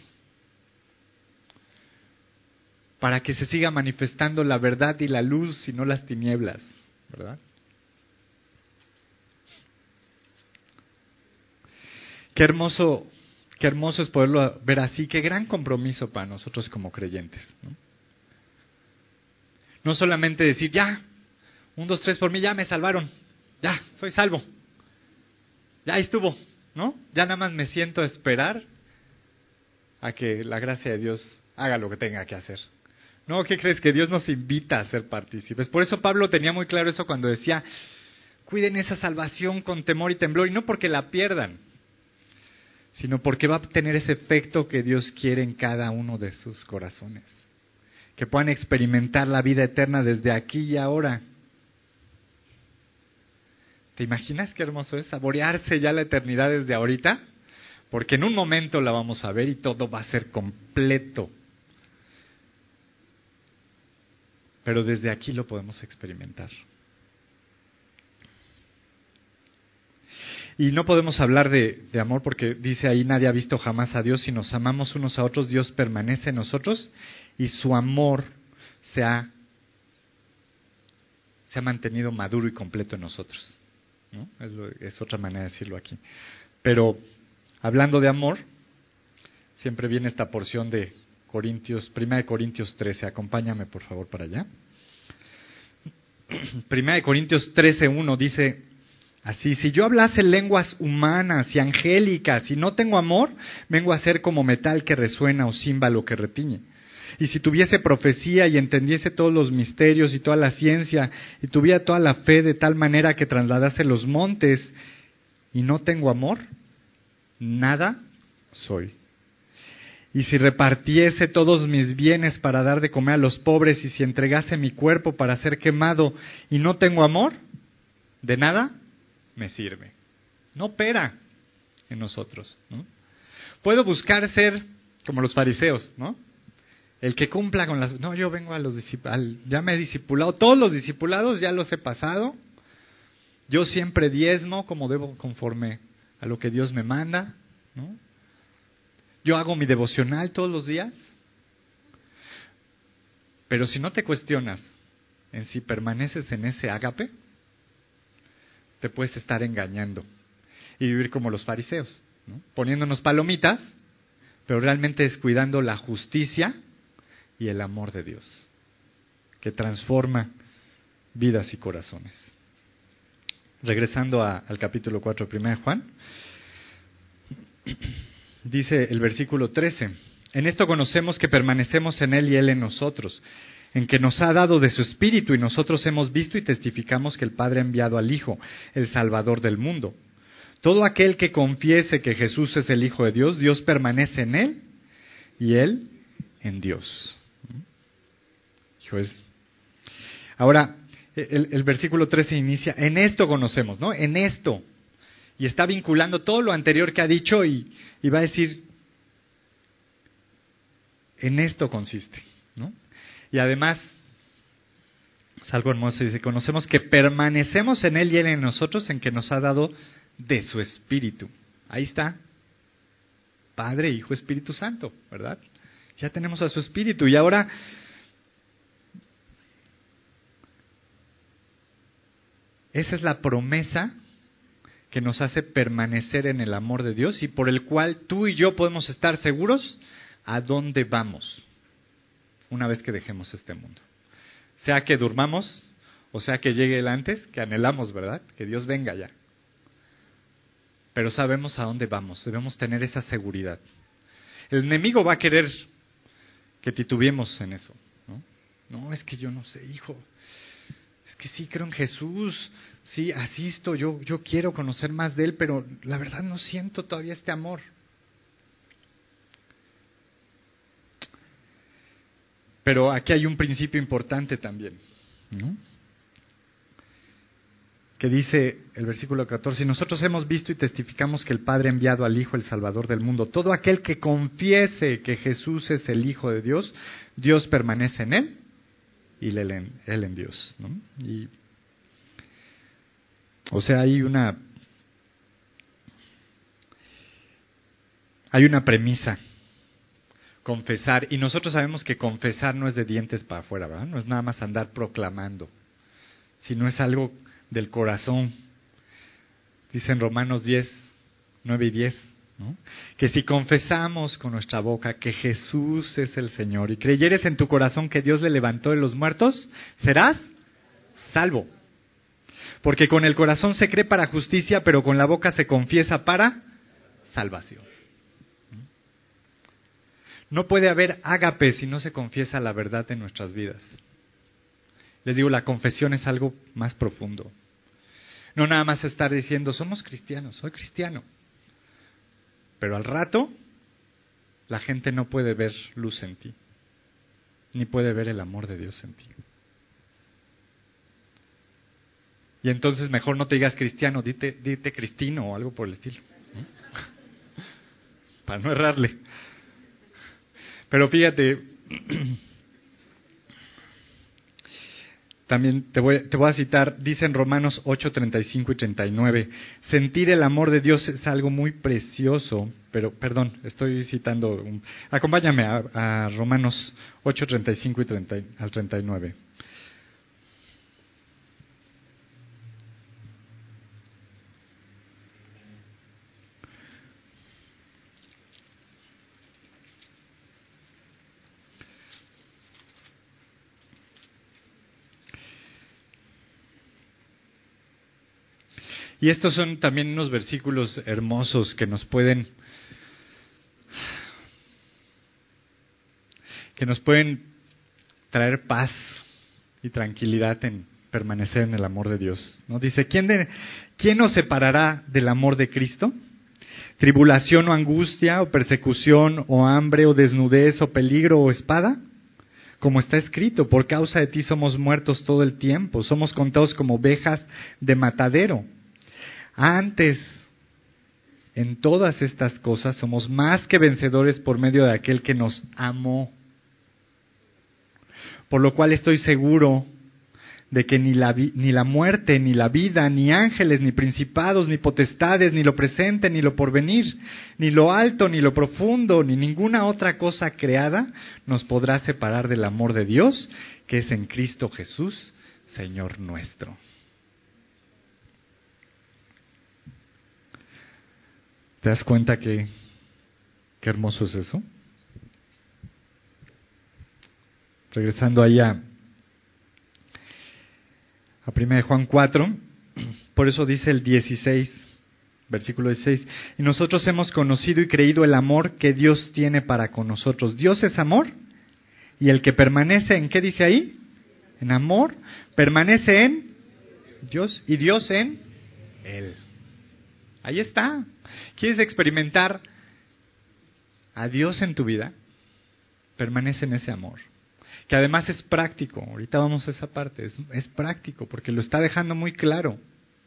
para que se siga manifestando la verdad y la luz y no las tinieblas, ¿verdad? Qué hermoso es poderlo ver así, qué gran compromiso para nosotros como creyentes, ¿no? No solamente decir, ya, 1, 2, 3 por mí, ya me salvaron, ya, soy salvo, ya ahí estuvo, ¿no? Ya nada más me siento a esperar a que la gracia de Dios haga lo que tenga que hacer. No, ¿qué crees? Que Dios nos invita a ser partícipes. Por eso Pablo tenía muy claro eso cuando decía, cuiden esa salvación con temor y temblor, y no porque la pierdan, sino porque va a tener ese efecto que Dios quiere en cada uno de sus corazones. Que puedan experimentar la vida eterna desde aquí y ahora. ¿Te imaginas qué hermoso es saborearse ya la eternidad desde ahorita? Porque en un momento la vamos a ver y todo va a ser completo. Pero desde aquí lo podemos experimentar. Y no podemos hablar de amor porque dice ahí, nadie ha visto jamás a Dios. Si nos amamos unos a otros, Dios permanece en nosotros y su amor se ha mantenido maduro y completo en nosotros, ¿no? Es otra manera de decirlo aquí. Pero hablando de amor, siempre viene esta porción de 1 Corintios 13. Acompáñame por favor para allá. 1 Corintios 13:1 dice Así, si yo hablase lenguas humanas y angélicas y no tengo amor, vengo a ser como metal que resuena o címbalo que retiñe. Y si tuviese profecía y entendiese todos los misterios y toda la ciencia y tuviera toda la fe de tal manera que trasladase los montes y no tengo amor, nada soy. Y si repartiese todos mis bienes para dar de comer a los pobres y si entregase mi cuerpo para ser quemado y no tengo amor, de nada me sirve. No opera en nosotros, ¿no? Puedo buscar ser como los fariseos, ¿no? El que cumpla con las... No, yo vengo a los discipulados, ya me he discipulado, todos los discipulados ya los he pasado, yo siempre diezmo como debo conforme a lo que Dios me manda, ¿no? Yo hago mi devocional todos los días. Pero si no te cuestionas en si permaneces en ese ágape, te puedes estar engañando y vivir como los fariseos, ¿no? Poniéndonos palomitas, pero realmente descuidando la justicia y el amor de Dios, que transforma vidas y corazones. Regresando al capítulo 4 de 1 Juan, dice el versículo 13, en esto conocemos que permanecemos en Él y Él en nosotros, en que nos ha dado de su Espíritu y nosotros hemos visto y testificamos que el Padre ha enviado al Hijo, el Salvador del mundo. Todo aquel que confiese que Jesús es el Hijo de Dios, Dios permanece en Él y Él en Dios. Ahora, el versículo 13 inicia, en esto conocemos, ¿no? En esto. Y está vinculando todo lo anterior que ha dicho y va a decir, en esto consiste, ¿no? Y además, es algo hermoso, dice, conocemos que permanecemos en Él y Él en nosotros, en que nos ha dado de su Espíritu. Ahí está, Padre, Hijo, Espíritu Santo, ¿verdad? Ya tenemos a su Espíritu y ahora... Esa es la promesa que nos hace permanecer en el amor de Dios y por el cual tú y yo podemos estar seguros a dónde vamos una vez que dejemos este mundo. Sea que durmamos o sea que llegue el antes, que anhelamos, ¿verdad? Que Dios venga ya. Pero sabemos a dónde vamos, debemos tener esa seguridad. El enemigo va a querer que titubeemos en eso, ¿no? No, es que yo no sé, hijo. Es que sí creo en Jesús, sí asisto, yo quiero conocer más de Él, pero la verdad no siento todavía este amor. Pero aquí hay un principio importante también, ¿no? Que dice el versículo 14, y nosotros hemos visto y testificamos que el Padre ha enviado al Hijo, el Salvador del mundo. Todo aquel que confiese que Jesús es el Hijo de Dios, Dios permanece en Él y él en Dios, ¿no? Y, o sea, hay una premisa, confesar, y nosotros sabemos que confesar no es de dientes para afuera, ¿verdad? No es nada más andar proclamando, sino es algo del corazón. Dice en Romanos 10, 9 y 10, ¿no? Que si confesamos con nuestra boca que Jesús es el Señor y creyeres en tu corazón que Dios le levantó de los muertos, serás salvo. Porque con el corazón se cree para justicia, pero con la boca se confiesa para salvación. No puede haber ágape si no se confiesa la verdad en nuestras vidas. Les digo, la confesión es algo más profundo. No nada más estar diciendo, somos cristianos, soy cristiano. Pero al rato, la gente no puede ver luz en ti, ni puede ver el amor de Dios en ti. Y entonces mejor no te digas cristiano, dite cristino o algo por el estilo, ¿no? Para no errarle. Pero fíjate, también te voy a citar, dice en Romanos 8, 35 y 39, sentir el amor de Dios es algo muy precioso, pero, perdón, estoy citando, acompáñame a Romanos 8, 35 y al 39. Y estos son también unos versículos hermosos que nos pueden traer paz y tranquilidad en permanecer en el amor de Dios, ¿no? Dice, ¿quién nos separará del amor de Cristo? ¿Tribulación o angustia, o persecución, o hambre, o desnudez, o peligro, o espada? Como está escrito, por causa de ti somos muertos todo el tiempo, somos contados como ovejas de matadero. Antes, en todas estas cosas, somos más que vencedores por medio de aquel que nos amó. Por lo cual estoy seguro de que ni la muerte, ni la vida, ni ángeles, ni principados, ni potestades, ni lo presente, ni lo porvenir, ni lo alto, ni lo profundo, ni ninguna otra cosa creada nos podrá separar del amor de Dios, que es en Cristo Jesús, Señor nuestro. ¿Te das cuenta qué hermoso es eso? Regresando ahí a 1 Juan 4, por eso dice el 16, versículo 16, y nosotros hemos conocido y creído el amor que Dios tiene para con nosotros. Dios es amor, y el que permanece en, ¿qué dice ahí? En amor, permanece en Dios y Dios en Él. Ahí está. ¿Quieres experimentar a Dios en tu vida? Permanece en ese amor. Que además es práctico. Ahorita vamos a esa parte. Es práctico porque lo está dejando muy claro.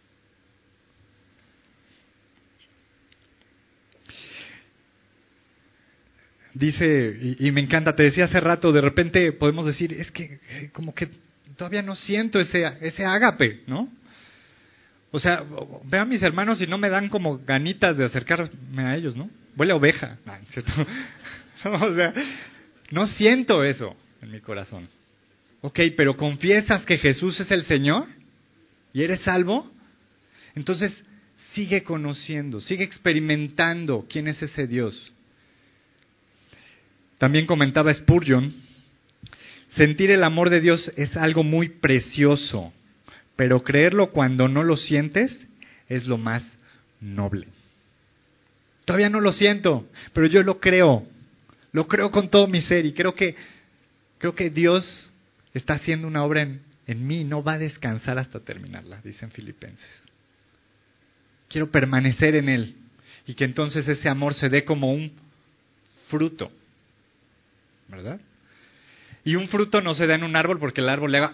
Dice, y me encanta, te decía hace rato, de repente podemos decir, es que como que todavía no siento ese ágape, ¿no? O sea, veo a mis hermanos y no me dan como ganitas de acercarme a ellos, ¿no? Huele a oveja. No, ¿es cierto? O sea, no siento eso en mi corazón. Ok, pero ¿confiesas que Jesús es el Señor? ¿Y eres salvo? Entonces, sigue conociendo, sigue experimentando quién es ese Dios. También comentaba Spurgeon, sentir el amor de Dios es algo muy precioso, pero creerlo cuando no lo sientes es lo más noble. Todavía no lo siento, pero yo lo creo con todo mi ser y creo que Dios está haciendo una obra en mí y no va a descansar hasta terminarla, dicen Filipenses. Quiero permanecer en Él y que entonces ese amor se dé como un fruto, ¿verdad? Y un fruto no se da en un árbol porque el árbol le haga...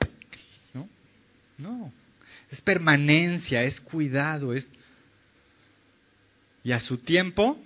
No, es permanencia, es cuidado, y a su tiempo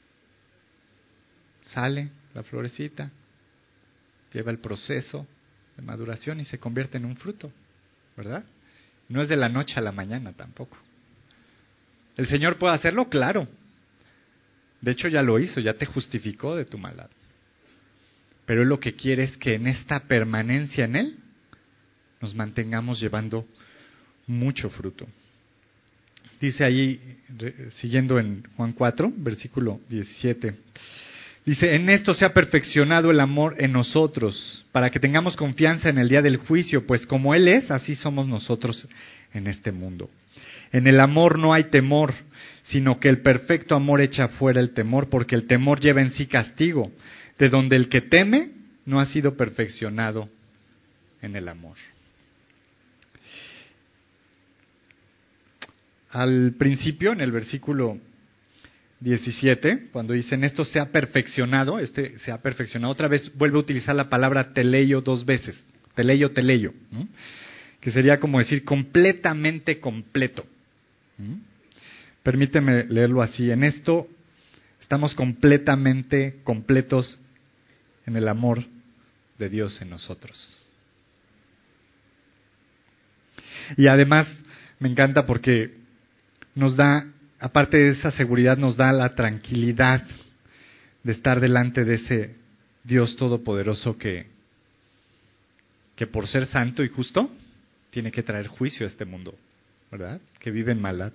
sale la florecita, lleva el proceso de maduración y se convierte en un fruto, ¿verdad? No es de la noche a la mañana tampoco. ¿El Señor puede hacerlo? Claro. De hecho ya lo hizo, ya te justificó de tu maldad. Pero Él lo que quiere es que en esta permanencia en Él nos mantengamos llevando mucho fruto. Dice ahí, siguiendo en Juan 4, versículo 17, dice, en esto se ha perfeccionado el amor en nosotros, para que tengamos confianza en el día del juicio, pues como Él es, así somos nosotros en este mundo. En el amor no hay temor, sino que el perfecto amor echa fuera el temor, porque el temor lleva en sí castigo, de donde el que teme no ha sido perfeccionado en el amor. Al principio, en el versículo 17, cuando dicen esto se ha perfeccionado, se ha perfeccionado, otra vez vuelve a utilizar la palabra teleio 2 veces, teleio, ¿no? Que sería como decir completamente completo. Permíteme leerlo así, en esto estamos completamente completos en el amor de Dios en nosotros. Y además me encanta porque nos da, aparte de esa seguridad, nos da la tranquilidad de estar delante de ese Dios todopoderoso que por ser santo y justo tiene que traer juicio a este mundo, ¿verdad? Que vive en maldad.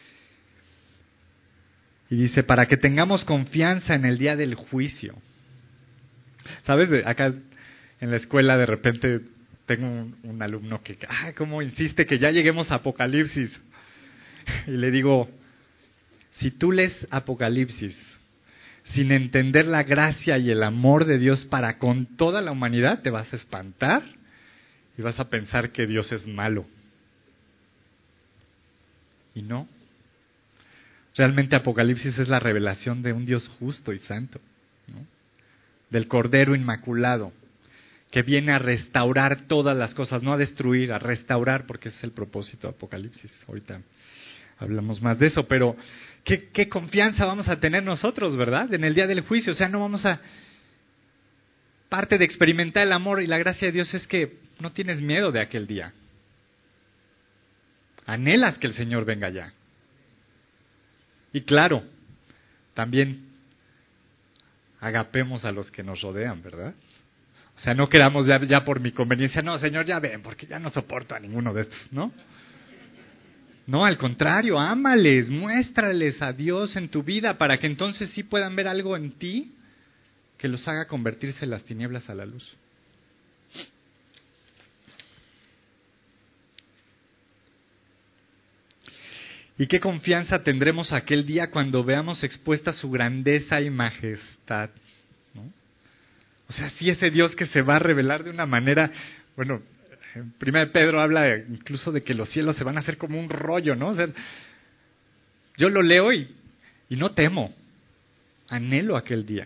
Y dice, para que tengamos confianza en el día del juicio. ¿Sabes? Acá en la escuela de repente tengo un alumno que, ¿cómo insiste que ya lleguemos a Apocalipsis? Y le digo, si tú lees Apocalipsis sin entender la gracia y el amor de Dios para con toda la humanidad, te vas a espantar y vas a pensar que Dios es malo. Y no. Realmente Apocalipsis es la revelación de un Dios justo y santo, ¿no? Del Cordero Inmaculado, que viene a restaurar todas las cosas, no a destruir, a restaurar, porque ese es el propósito de Apocalipsis. Ahorita hablamos más de eso, pero ¿qué confianza vamos a tener nosotros, verdad? En el día del juicio, o sea, no vamos a... Parte de experimentar el amor y la gracia de Dios es que no tienes miedo de aquel día. Anhelas que el Señor venga ya. Y claro, también agapemos a los que nos rodean, ¿verdad? O sea, no queramos ya por mi conveniencia, no, Señor, ya ven, porque ya no soporto a ninguno de estos, ¿no? No, al contrario, ámales, muéstrales a Dios en tu vida para que entonces sí puedan ver algo en ti que los haga convertirse las tinieblas a la luz. ¿Y qué confianza tendremos aquel día cuando veamos expuesta su grandeza y majestad, ¿no? O sea, sí, ese Dios que se va a revelar de una manera, bueno, en 1 Pedro habla incluso de que los cielos se van a hacer como un rollo, ¿no? O sea, yo lo leo y no temo, anhelo aquel día.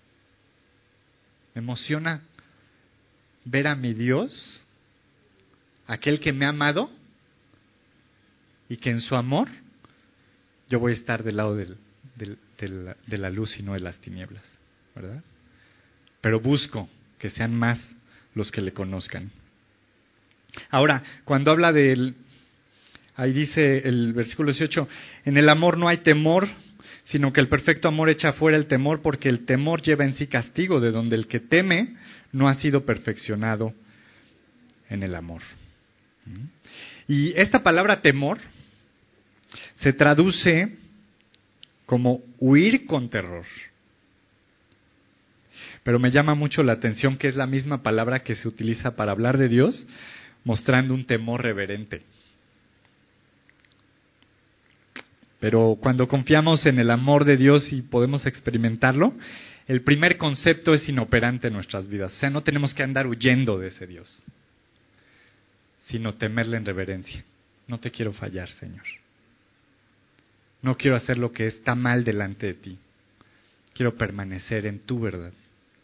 Me emociona ver a mi Dios, aquel que me ha amado, y que en su amor yo voy a estar del lado de la luz y no de las tinieblas, ¿verdad? Pero busco que sean más los que le conozcan. Ahora, cuando habla ahí dice el versículo 18, en el amor no hay temor, sino que el perfecto amor echa fuera el temor, porque el temor lleva en sí castigo, de donde el que teme no ha sido perfeccionado en el amor. Y esta palabra temor se traduce como huir con terror. Pero me llama mucho la atención que es la misma palabra que se utiliza para hablar de Dios, mostrando un temor reverente. Pero cuando confiamos en el amor de Dios y podemos experimentarlo, el primer concepto es inoperante en nuestras vidas. O sea, no tenemos que andar huyendo de ese Dios, sino temerle en reverencia. No te quiero fallar, Señor. No quiero hacer lo que está mal delante de ti. Quiero permanecer en tu verdad.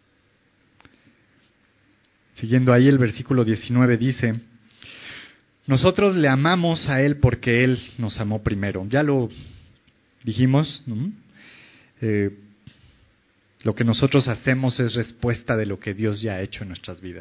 Siguiendo ahí el versículo 19 dice, nosotros le amamos a Él porque Él nos amó primero. Ya lo dijimos, ¿no? Lo que nosotros hacemos es respuesta de lo que Dios ya ha hecho en nuestras vidas.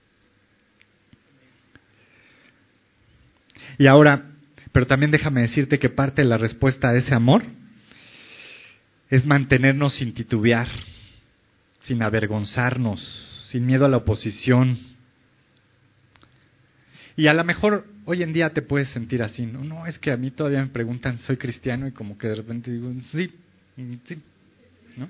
Y ahora, pero también déjame decirte que parte de la respuesta a ese amor es mantenernos sin titubear, sin avergonzarnos, sin miedo a la oposición. Y a lo mejor hoy en día te puedes sentir así, no, es que a mí todavía me preguntan, soy cristiano, y como que de repente digo, sí, ¿no?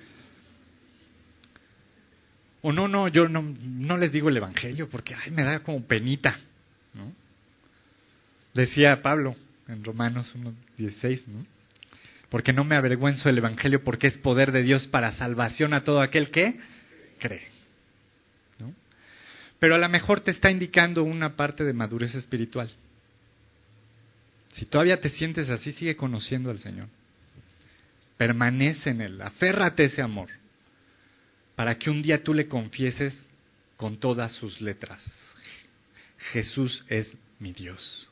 O no, yo no les digo el evangelio porque me da como penita, ¿no? Decía Pablo en Romanos 1:16, ¿no? Porque no me avergüenzo del evangelio porque es poder de Dios para salvación a todo aquel que cree, ¿no? Pero a lo mejor te está indicando una parte de madurez espiritual. Si todavía te sientes así, sigue conociendo al Señor. Permanece en Él, aférrate a ese amor, para que un día tú le confieses con todas sus letras: Jesús es mi Dios.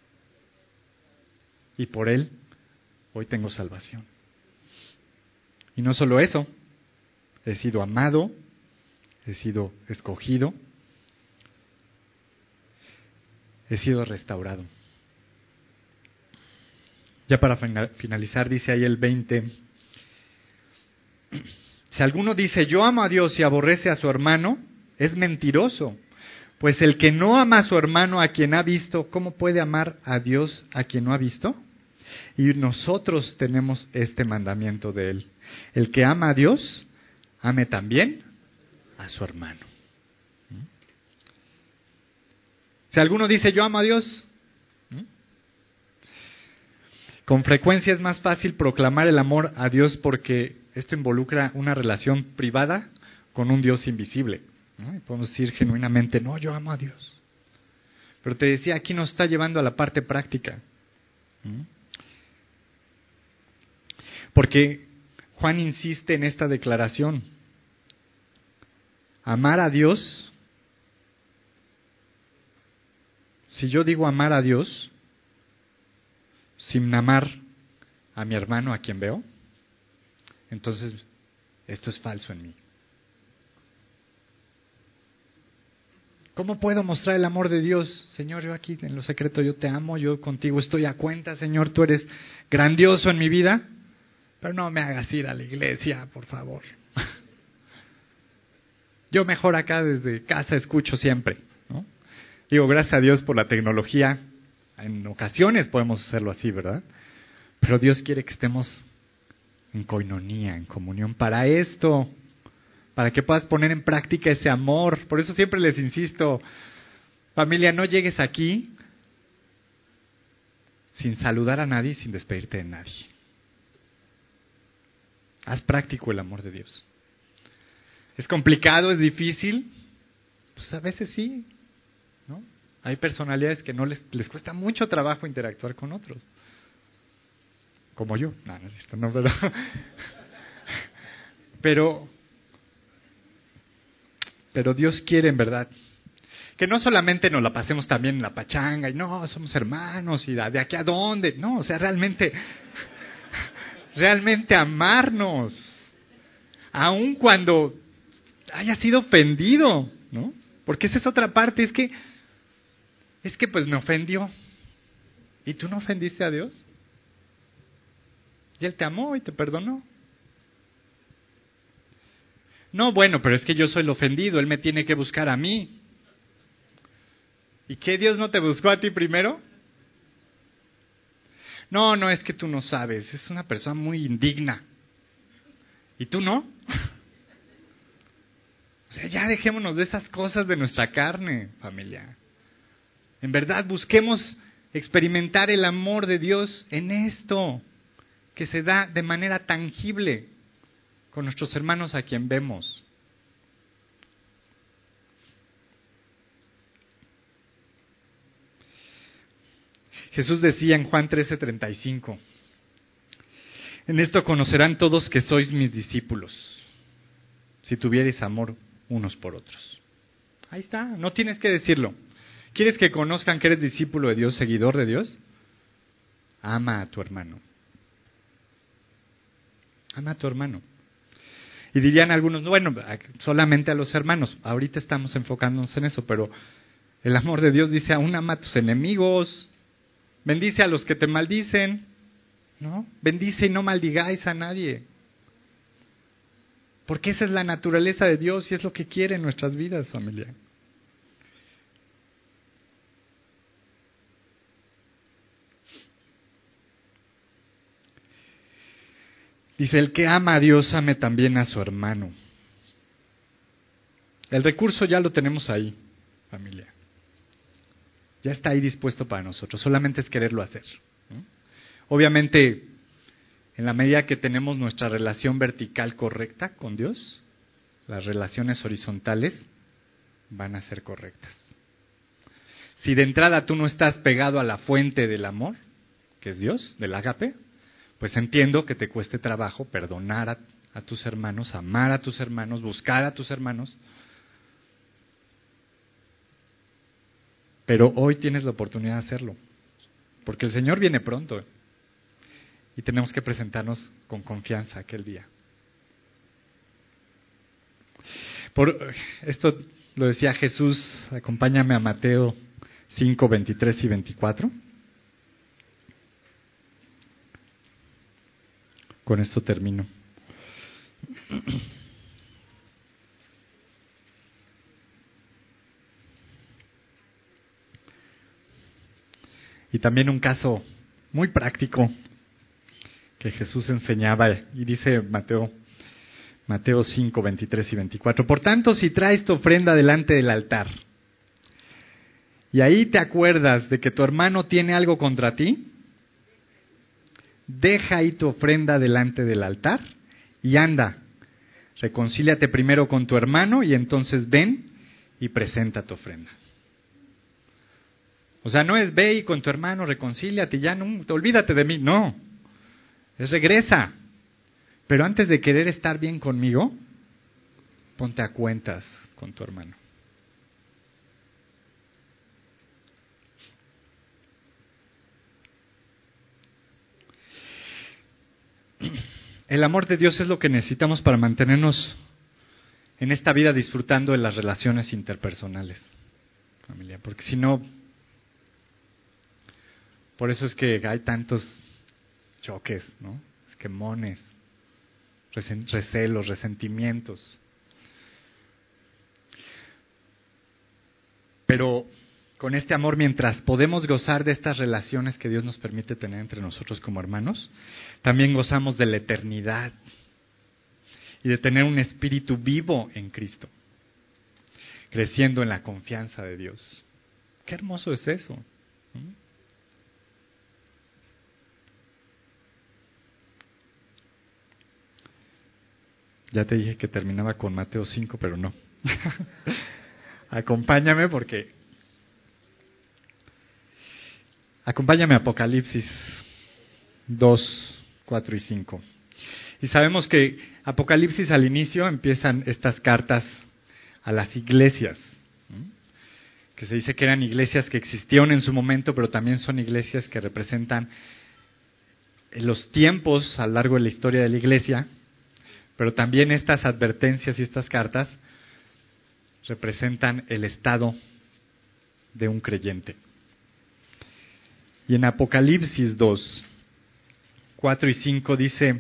Y por Él hoy tengo salvación. Y no solo eso, he sido amado, he sido escogido, he sido restaurado. Ya para finalizar, dice ahí el 20, si alguno dice yo amo a Dios y aborrece a su hermano, es mentiroso. Pues el que no ama a su hermano a quien ha visto, ¿cómo puede amar a Dios a quien no ha visto? Y nosotros tenemos este mandamiento de Él: el que ama a Dios, ame también a su hermano. Si alguno dice yo amo a Dios, Con frecuencia es más fácil proclamar el amor a Dios porque esto involucra una relación privada con un Dios invisible, ¿no? Y podemos decir genuinamente, no, yo amo a Dios. Pero te decía, aquí nos está llevando a la parte práctica. Porque Juan insiste en esta declaración. Amar a Dios, si yo digo amar a Dios, sin amar a mi hermano a quien veo, entonces esto es falso en mí. ¿Cómo puedo mostrar el amor de Dios? Señor, yo aquí en lo secreto yo te amo, yo contigo estoy a cuenta, Señor, tú eres grandioso en mi vida, pero no me hagas ir a la iglesia, por favor. Yo mejor acá desde casa escucho siempre, ¿no? Digo, gracias a Dios por la tecnología, en ocasiones podemos hacerlo así, ¿verdad? Pero Dios quiere que estemos en coinonía, en comunión, para esto, para que puedas poner en práctica ese amor. Por eso siempre les insisto, familia, no llegues aquí sin saludar a nadie, sin despedirte de nadie. Haz práctico el amor de Dios. ¿Es complicado? ¿Es difícil? Pues a veces sí, ¿no? Hay personalidades que no les cuesta mucho trabajo interactuar con otros. Como yo. No es cierto, no, pero Dios quiere en verdad que no solamente nos la pasemos también en la pachanga y no, somos hermanos y de aquí a dónde. No, o sea, realmente amarnos. Aun cuando haya sido ofendido, ¿no? Porque esa es otra parte, es que pues me ofendió. ¿Y tú no ofendiste a Dios? Y Él te amó y te perdonó. No, bueno, pero es que yo soy el ofendido, Él me tiene que buscar a mí. ¿Y qué, Dios no te buscó a ti primero? No, es que tú no sabes, es una persona muy indigna. ¿Y tú no? O sea, ya dejémonos de esas cosas de nuestra carne, familia. En verdad, busquemos experimentar el amor de Dios en esto, que se da de manera tangible con nuestros hermanos a quien vemos. Jesús decía en Juan 13:35, en esto conocerán todos que sois mis discípulos, si tuvierais amor unos por otros. Ahí está, no tienes que decirlo. ¿Quieres que conozcan que eres discípulo de Dios, seguidor de Dios? Ama a tu hermano. Ama a tu hermano. Y dirían algunos, bueno, solamente a los hermanos. Ahorita estamos enfocándonos en eso, pero el amor de Dios dice, aún ama a tus enemigos, bendice a los que te maldicen, ¿no? Bendice y no maldigáis a nadie. Porque esa es la naturaleza de Dios y es lo que quiere en nuestras vidas, familia. Dice, el que ama a Dios, ame también a su hermano. El recurso ya lo tenemos ahí, familia. Ya está ahí dispuesto para nosotros, solamente es quererlo hacer, ¿no? Obviamente, en la medida que tenemos nuestra relación vertical correcta con Dios, las relaciones horizontales van a ser correctas. Si de entrada tú no estás pegado a la fuente del amor, que es Dios, del ágape, pues entiendo que te cueste trabajo perdonar a tus hermanos, amar a tus hermanos, buscar a tus hermanos. Pero hoy tienes la oportunidad de hacerlo, porque el Señor viene pronto y tenemos que presentarnos con confianza aquel día. Por esto lo decía Jesús, acompáñame a Mateo 5, 23 y 24. Con esto termino. Y también un caso muy práctico que Jesús enseñaba, y dice Mateo 5, 23 y 24. Por tanto, si traes tu ofrenda delante del altar, y ahí te acuerdas de que tu hermano tiene algo contra ti, deja ahí tu ofrenda delante del altar y anda, reconcíliate primero con tu hermano y entonces ven y presenta tu ofrenda. O sea, no es ve y con tu hermano reconcíliate y ya no, olvídate de mí, no. Es regresa. Pero antes de querer estar bien conmigo, ponte a cuentas con tu hermano. El amor de Dios es lo que necesitamos para mantenernos en esta vida disfrutando de las relaciones interpersonales, familia, porque si no, por eso es que hay tantos choques, ¿no? Esquemones, recelos, resentimientos. Pero con este amor, mientras podemos gozar de estas relaciones que Dios nos permite tener entre nosotros como hermanos, también gozamos de la eternidad y de tener un espíritu vivo en Cristo, creciendo en la confianza de Dios. Qué hermoso es eso. Ya te dije que terminaba con Mateo 5, pero no. Acompáñame a Apocalipsis 2, 4 y 5. Y sabemos que Apocalipsis al inicio empiezan estas cartas a las iglesias, que se dice que eran iglesias que existieron en su momento, pero también son iglesias que representan los tiempos a lo largo de la historia de la iglesia, pero también estas advertencias y estas cartas representan el estado de un creyente. Y en Apocalipsis 2, 4 y 5 dice,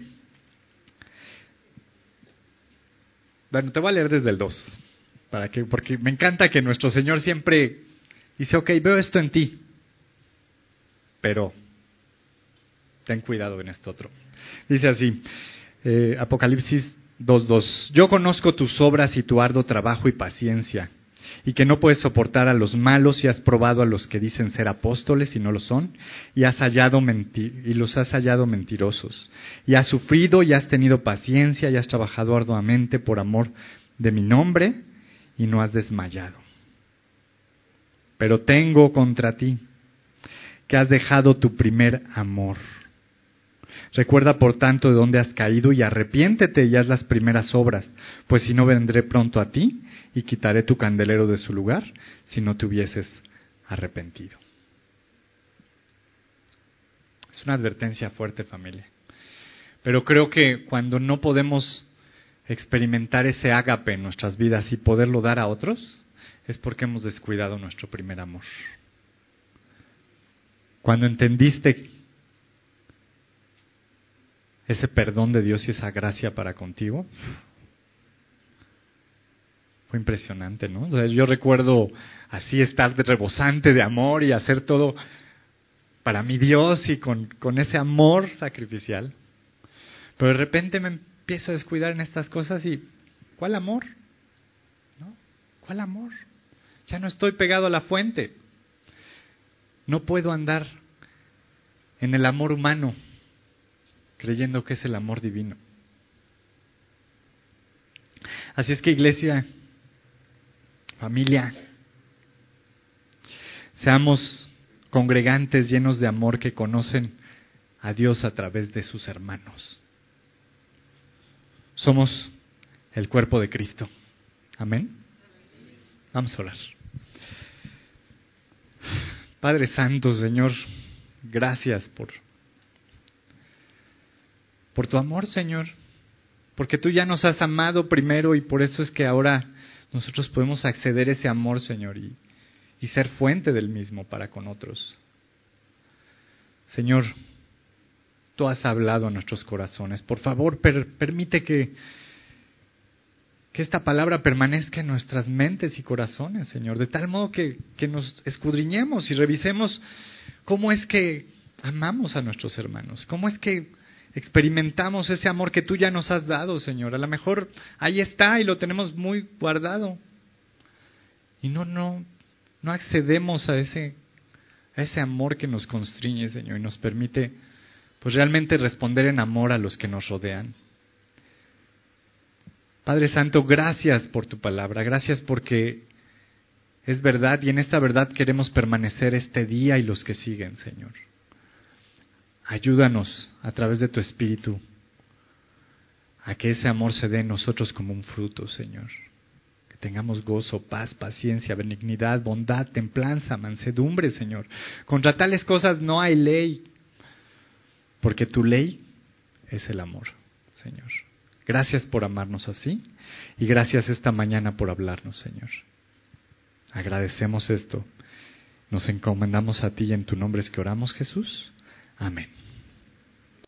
bueno, te voy a leer desde el 2, porque me encanta que nuestro Señor siempre dice, ok, veo esto en ti, pero ten cuidado en esto otro. Dice así, Apocalipsis 2:2. Yo conozco tus obras y tu arduo trabajo y paciencia, y que no puedes soportar a los malos y has probado a los que dicen ser apóstoles y no lo son, y los has hallado mentirosos. Y has sufrido y has tenido paciencia y has trabajado arduamente por amor de mi nombre y no has desmayado. Pero tengo contra ti que has dejado tu primer amor. Recuerda, por tanto, de dónde has caído y arrepiéntete y haz las primeras obras, pues si no vendré pronto a ti y quitaré tu candelero de su lugar si no te hubieses arrepentido. Es una advertencia fuerte, familia. Pero creo que cuando no podemos experimentar ese ágape en nuestras vidas y poderlo dar a otros, es porque hemos descuidado nuestro primer amor. Cuando entendiste ese perdón de Dios y esa gracia para contigo, fue impresionante, ¿no? O sea, yo recuerdo así estar rebosante de amor y hacer todo para mi Dios y con ese amor sacrificial. Pero de repente me empiezo a descuidar en estas cosas y ¿cuál amor? ¿No? ¿Cuál amor? Ya no estoy pegado a la fuente. No puedo andar en el amor humano creyendo que es el amor divino. Así es que, iglesia, familia, seamos congregantes llenos de amor que conocen a Dios a través de sus hermanos. Somos el cuerpo de Cristo. Amén. Vamos a orar. Padre Santo, Señor, gracias por tu amor, Señor, porque tú ya nos has amado primero y por eso es que ahora nosotros podemos acceder a ese amor, Señor, y ser fuente del mismo para con otros. Señor, tú has hablado a nuestros corazones. Por favor, permite que esta palabra permanezca en nuestras mentes y corazones, Señor, de tal modo que nos escudriñemos y revisemos cómo es que amamos a nuestros hermanos, cómo es que experimentamos ese amor que tú ya nos has dado, Señor. A lo mejor ahí está y lo tenemos muy guardado. Y no accedemos a ese amor que nos constriñe, Señor, y nos permite pues realmente responder en amor a los que nos rodean. Padre Santo, gracias por tu palabra, gracias porque es verdad y en esta verdad queremos permanecer este día y los que siguen, Señor. Ayúdanos a través de tu Espíritu a que ese amor se dé en nosotros como un fruto, Señor. Que tengamos gozo, paz, paciencia, benignidad, bondad, templanza, mansedumbre, Señor. Contra tales cosas no hay ley, porque tu ley es el amor, Señor. Gracias por amarnos así y gracias esta mañana por hablarnos, Señor. Agradecemos esto. Nos encomendamos a ti y en tu nombre es que oramos, Jesús. Amén.